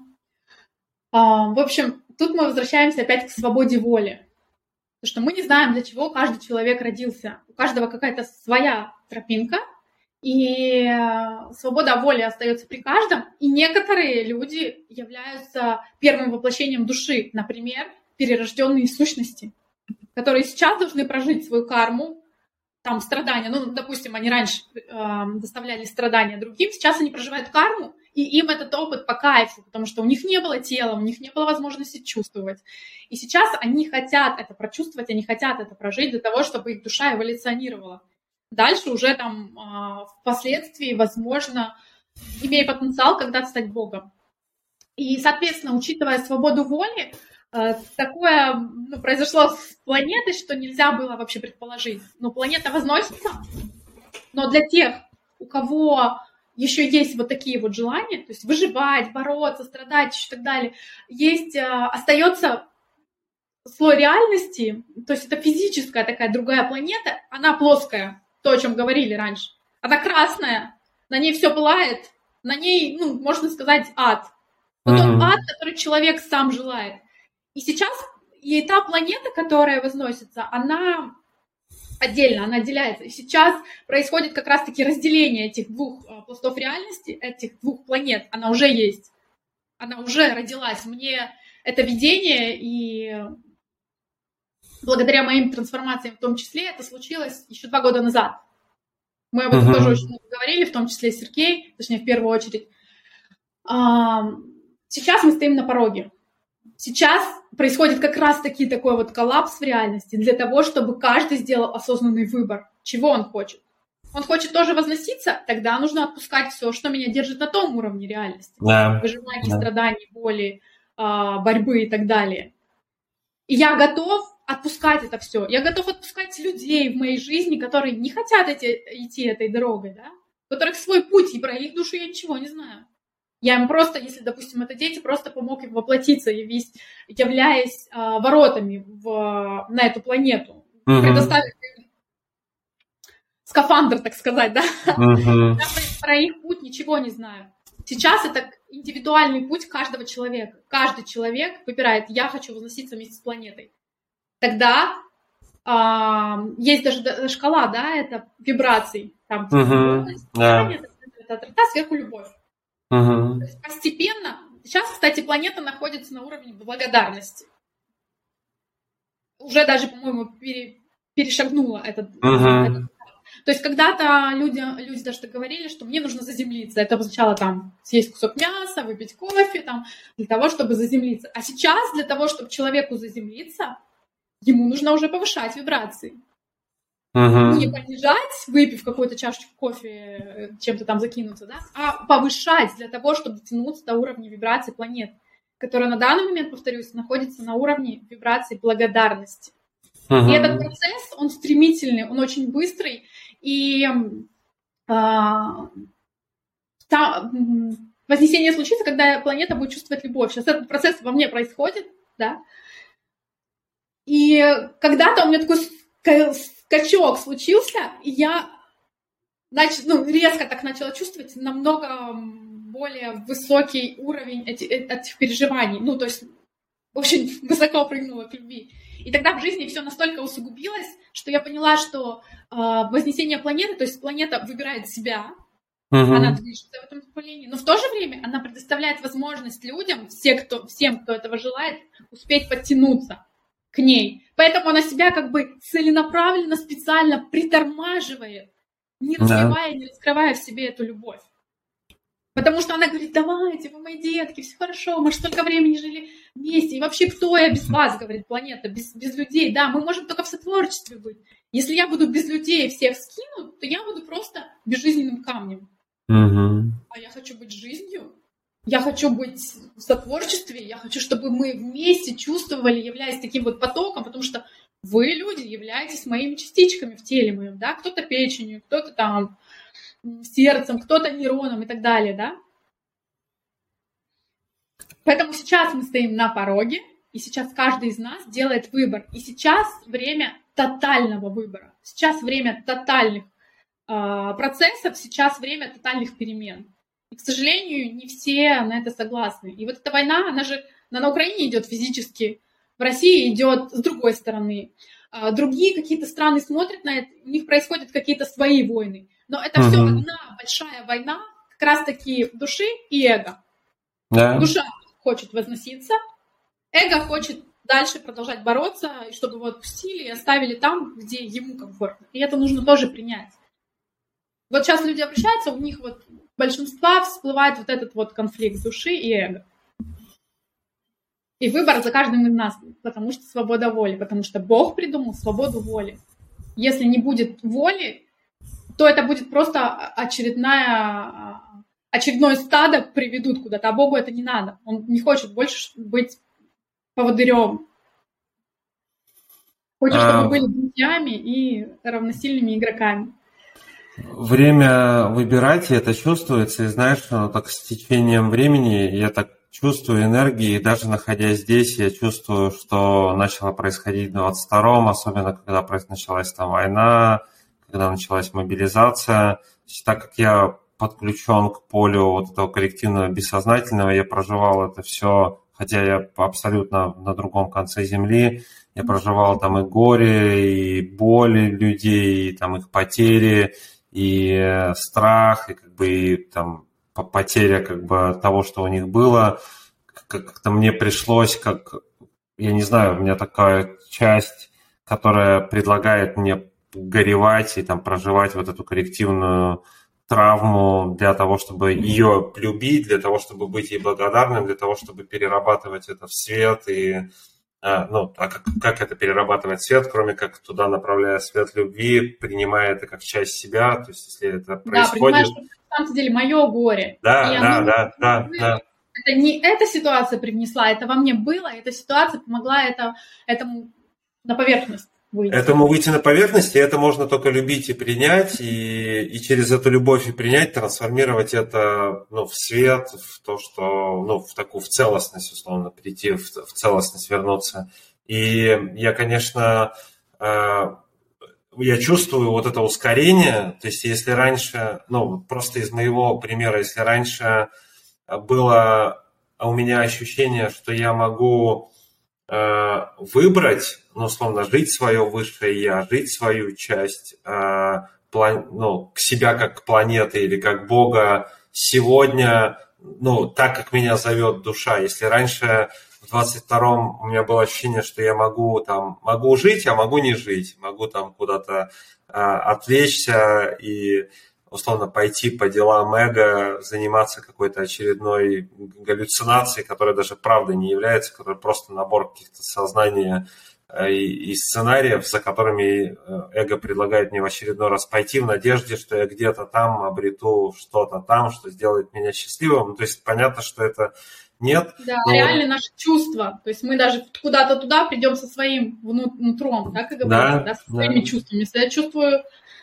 А, в общем, тут мы возвращаемся опять к свободе воли. Потому что мы не знаем, для чего каждый человек родился. У каждого какая-то своя тропинка, и свобода воли остается при каждом. И некоторые люди являются первым воплощением души, например, перерожденные сущности, которые сейчас должны прожить свою карму, там страдания. Ну, допустим, они раньше э, доставляли страдания другим, сейчас они проживают карму И им этот опыт по кайфу, потому что у них не было тела, у них не было возможности чувствовать. И сейчас они хотят это прочувствовать, они хотят это прожить для того, чтобы их душа эволюционировала. Дальше уже там впоследствии, возможно, имея потенциал когда-то стать Богом. И, соответственно, учитывая свободу воли, такое ну, произошло с планетой, что нельзя было вообще предположить. Но планета возносится, но для тех, у кого еще есть вот такие вот желания, то есть выживать, бороться, страдать и так далее, есть, остается слой реальности, то есть это физическая такая другая планета, она плоская, то, о чем говорили раньше. Она красная, на ней все пылает, на ней, ну, можно сказать, ад. Вот mm-hmm. тот ад, который человек сам желает. И сейчас и та планета, которая возносится, она отдельно, она отделяется. И сейчас происходит как раз-таки разделение этих двух пластов реальности, этих двух планет. Она уже есть. Она уже родилась. Мне это видение, и благодаря моим трансформациям в том числе, это случилось еще два года назад. Мы об этом uh-huh. тоже очень много говорили, в том числе Сергей, точнее, в первую очередь. Сейчас мы стоим на пороге. Сейчас происходит как раз-таки такой вот коллапс в реальности для того, чтобы каждый сделал осознанный выбор, чего он хочет. Он хочет тоже возноситься, тогда нужно отпускать все, что меня держит на том уровне реальности. Yeah. Выживания, yeah. страданий, боли, борьбы и так далее. И я готов отпускать это все. Я готов отпускать людей в моей жизни, которые не хотят идти, идти этой дорогой, да? У которых свой путь, и про их душу я ничего не знаю. Я им просто, если, допустим, это дети, просто помог им воплотиться, явись, являясь а, воротами в, на эту планету, uh-huh. предоставив им скафандр, так сказать, да? Uh-huh. Я про их путь ничего не знаю. Сейчас это индивидуальный путь каждого человека. Каждый человек выбирает, я хочу возноситься вместе с планетой. Тогда а, есть даже шкала, да, это вибраций. Там uh-huh. yeah. сверху любовь. Uh-huh. То есть постепенно, сейчас, кстати, планета находится на уровне благодарности. Уже даже, по-моему, пере, перешагнула этот, uh-huh. этот. То есть когда-то люди, люди даже так говорили, что мне нужно заземлиться. Это означало там съесть кусок мяса, выпить кофе, там, для того, чтобы заземлиться. А сейчас для того, чтобы человеку заземлиться, ему нужно уже повышать вибрации. Uh-huh. Не понижать, выпив какую-то чашечку кофе, чем-то там закинуться, да, а повышать для того, чтобы дотянуться до уровня вибраций планет, которая на данный момент, повторюсь, находится на уровне вибраций благодарности. Uh-huh. И этот процесс, он стремительный, он очень быстрый, и а, та, вознесение случится, когда планета будет чувствовать любовь. Сейчас этот процесс во мне происходит, да, и когда-то у меня такой скачок случился, и я нач... ну, резко так начала чувствовать намного более высокий уровень этих, этих переживаний. Ну, то есть очень высоко прыгнула к любви. И тогда в жизни все настолько усугубилось, что я поняла, что э, вознесение планеты, то есть планета выбирает себя, uh-huh. она движется в этом направлении, но в то же время она предоставляет возможность людям, все, кто, всем, кто этого желает, успеть подтянуться к ней. Поэтому она себя как бы целенаправленно, специально притормаживает, не развивая, yeah. не раскрывая в себе эту любовь. Потому что она говорит, давайте, вы мои детки, все хорошо, мы же столько времени жили вместе. И вообще, кто я без вас, говорит планета, без, без людей? Да, мы можем только в сотворчестве быть. Если я буду без людей всех скину, то я буду просто безжизненным камнем. Uh-huh. А я хочу быть жизнью. Я хочу быть в сотворчестве, я хочу, чтобы мы вместе чувствовали, являясь таким вот потоком, потому что вы, люди, являетесь моими частичками в теле моем, да, кто-то печенью, кто-то там сердцем, кто-то нейроном и так далее, да. Поэтому сейчас мы стоим на пороге, и сейчас каждый из нас делает выбор. И сейчас время тотального выбора, сейчас время тотальных э, процессов, сейчас время тотальных перемен. И, к сожалению, не все на это согласны. И вот эта война, она же она на Украине идет физически, в России идет с другой стороны. А другие какие-то страны смотрят на это, у них происходят какие-то свои войны. Но это uh-huh. все одна большая война, как раз-таки души и эго. Yeah. Душа хочет возноситься, эго хочет дальше продолжать бороться, и чтобы его отпустили и оставили там, где ему комфортно. И это нужно тоже принять. Вот сейчас люди обращаются, у них вот большинства всплывает вот этот вот конфликт души и эго. И выбор за каждым из нас, потому что свобода воли, потому что Бог придумал свободу воли. Если не будет воли, то это будет просто очередная, очередное стадо приведут куда-то, а Богу это не надо. Он не хочет больше быть поводырем. Хочет, чтобы мы были друзьями и равносильными игроками. Время выбирать, и это чувствуется, и знаешь, оно так с течением времени, я так чувствую энергии, и даже находясь здесь, я чувствую, что начало происходить в двадцать втором, особенно когда началась там война, когда началась мобилизация. Так как я подключен к полю вот этого коллективного бессознательного, я проживал это все, хотя я абсолютно на другом конце земли, я проживал там и горе, и боли людей, и там их потери, и страх, и как бы и там потеря как бы того, что у них было. Как-то мне пришлось, как, я не знаю, у меня такая часть, которая предлагает мне горевать и там проживать вот эту коллективную травму для того, чтобы ее любить, для того, чтобы быть ей благодарным, для того, чтобы перерабатывать это в свет. И, а, ну, а как, как это перерабатывать свет, кроме как туда направляя свет любви, принимая это как часть себя, то есть если это происходит... Да, понимаешь, что на самом деле мое горе. Да, да, да, да, да. Это не эта ситуация привнесла, это во мне было, эта ситуация помогла это, этому на поверхность выйти. Этому выйти на поверхность, и это можно только любить и принять, и, и через эту любовь и принять трансформировать это, ну, в свет, в то, что, ну, в такую, в целостность, условно, прийти, в, в целостность вернуться. И я, конечно, э, я чувствую вот это ускорение, то есть если раньше, ну, просто из моего примера, если раньше было у меня ощущение, что я могу э, выбрать, ну, условно, жить свое высшее я, жить свою часть, э, план, ну, к себя как планеты или как Бога сегодня, ну, так, как меня зовет душа. Если раньше в двадцать втором у меня было ощущение, что я могу там, могу жить, а могу не жить, могу там куда-то э, отвлечься и условно пойти по делам эго, заниматься какой-то очередной галлюцинацией, которая даже правдой не является, которая просто набор каких-то сознания и, и сценариев, за которыми эго предлагает мне в очередной раз пойти в надежде, что я где-то там обрету что-то там, что сделает меня счастливым. Ну, то есть понятно, что это нет. Да, но... реально наши чувства. То есть мы даже куда-то туда придем со своим внутром, так и говорится, да, да, со своими да. чувствами. Если я чувствую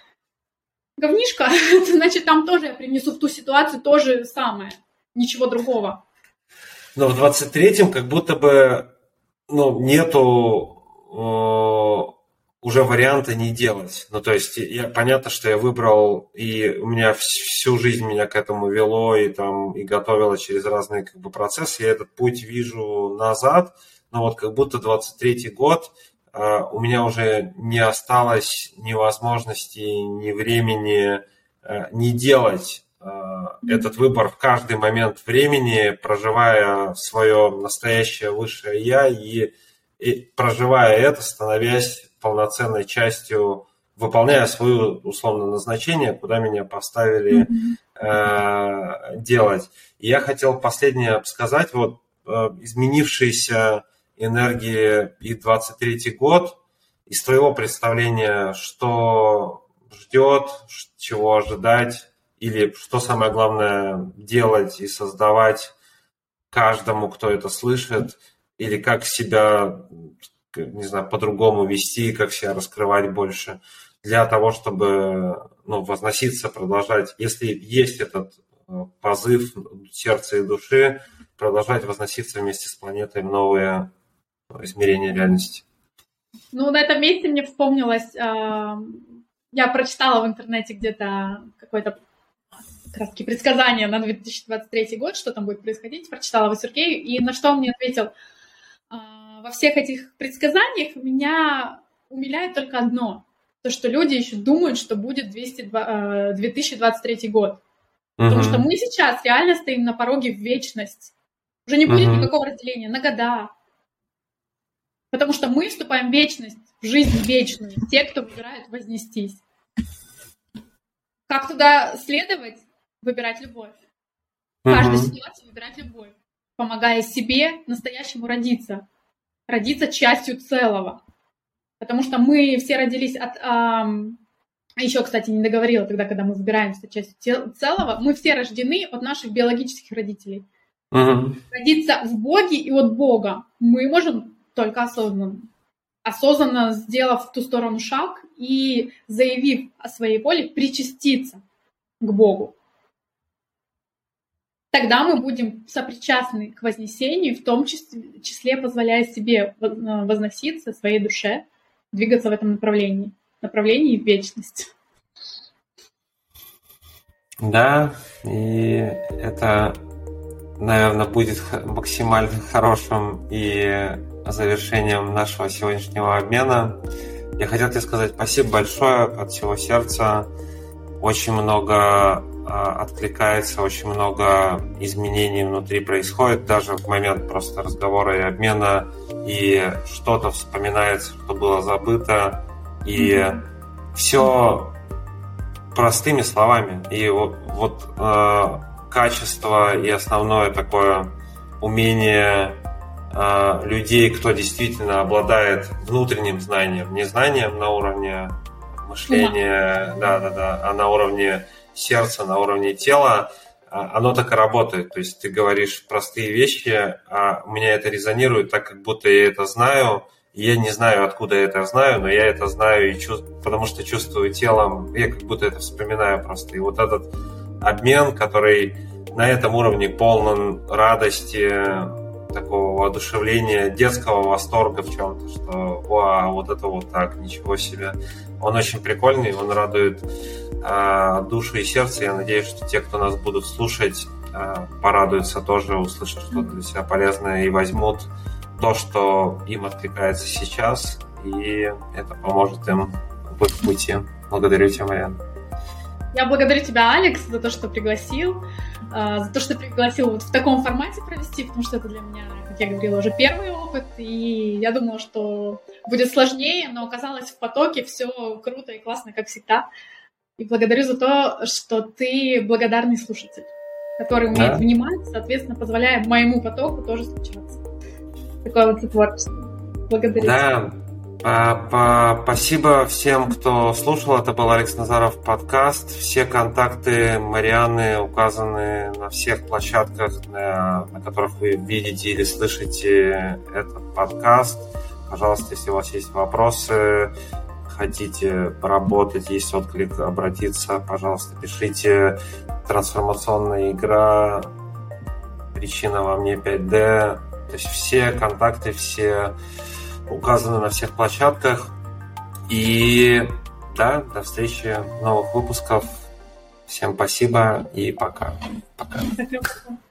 говнишко, значит, там тоже я принесу в ту ситуацию то же самое, ничего другого. Но в двадцать третьем как будто бы, ну, нету э, уже варианта не делать. Ну, то есть, я, понятно, что я выбрал, и у меня всю жизнь меня к этому вело, и там, и готовило через разные, как бы, процессы. Я этот путь вижу назад, но вот как будто двадцать третий год, у меня уже не осталось ни возможности, ни времени не делать этот выбор в каждый момент времени, проживая свое настоящее высшее я и, и проживая это, становясь полноценной частью, выполняя свое условное назначение, куда меня поставили mm-hmm. э, делать. И я хотел последнее сказать, вот э, изменившийся энергии и двадцать третий год, из твоего представления, что ждет, чего ожидать, или что самое главное делать и создавать каждому, кто это слышит, или как себя, не знаю, по-другому вести, как себя раскрывать больше, для того, чтобы, ну, возноситься, продолжать, если есть этот позыв сердца и души, продолжать возноситься вместе с планетой в новые измерения реальности. Ну, на этом месте мне вспомнилось, э, я прочитала в интернете где-то какое-то как раз предсказание на две тысячи двадцать третий год, что там будет происходить, прочитала его Сергею, и на что он мне ответил, э, во всех этих предсказаниях меня умиляет только одно, то, что люди еще думают, что будет две тысячи двадцать третий год. Uh-huh. Потому что мы сейчас реально стоим на пороге в вечность. Уже не будет uh-huh. никакого разделения на года. Потому что мы вступаем в вечность, в жизнь вечную, те, кто выбирает вознестись. Как туда следовать? Выбирать любовь. В каждой mm-hmm. ситуации выбирать любовь, помогая себе настоящему родиться. Родиться частью целого. Потому что мы все родились от... Эм, еще, кстати, не договорила тогда, когда мы выбираемся частью целого, мы все рождены от наших биологических родителей. Mm-hmm. Родиться в Боге и от Бога мы можем только осознанно. Осознанно сделав в ту сторону шаг и заявив о своей воле причаститься к Богу. Тогда мы будем сопричастны к вознесению, в том числе, числе позволяя себе возноситься своей душе, двигаться в этом направлении, направлении в вечность. Да, и это, наверное, будет максимально хорошим и завершением нашего сегодняшнего обмена. Я хотел тебе сказать спасибо большое от всего сердца. Очень много откликается, очень много изменений внутри происходит, даже в момент просто разговора и обмена, и что-то вспоминается, что было забыто, и mm-hmm. все простыми словами. И вот, вот э, качество и основное такое умение э, людей, кто действительно обладает внутренним знанием, не знанием на уровне мышления, да-да-да, а на уровне сердца, на уровне тела, оно так и работает. То есть ты говоришь простые вещи, а у меня это резонирует так, как будто я это знаю. И я не знаю, откуда я это знаю, но я это знаю, и чувствую, потому что чувствую телом, я как будто это вспоминаю просто. И вот этот обмен, который на этом уровне полон радости, такого воодушевления, детского восторга в чем-то, что вау, вот это вот так, ничего себе. Он очень прикольный, он радует э, душу и сердце. Я надеюсь, что те, кто нас будут слушать, э, порадуются тоже, услышат что-то для себя полезное и возьмут то, что им откликается сейчас, и это поможет им в их пути. Благодарю тебя, Марьяна. Я благодарю тебя, Алекс, за то, что пригласил, за то, что пригласил вот в таком формате провести, потому что это для меня, как я говорила, уже первый опыт, и я думала, что будет сложнее, но оказалось в потоке все круто и классно, как всегда. И благодарю за то, что ты благодарный слушатель, который умеет да. внимать, соответственно, позволяя моему потоку тоже случаться. Такое вот творчество. Благодарю да. тебя. Спасибо всем, кто слушал. Это был Алекс Назаров подкаст. Все контакты Марьяны указаны на всех площадках, на, на которых вы видите или слышите этот подкаст. Пожалуйста, если у вас есть вопросы, хотите поработать, есть отклик, обратиться, пожалуйста, пишите. Трансформационная игра, причина во мне пять дэ. То есть все контакты, все указаны на всех площадках. И да, до встречи в новых выпусках. Всем спасибо и пока. Пока.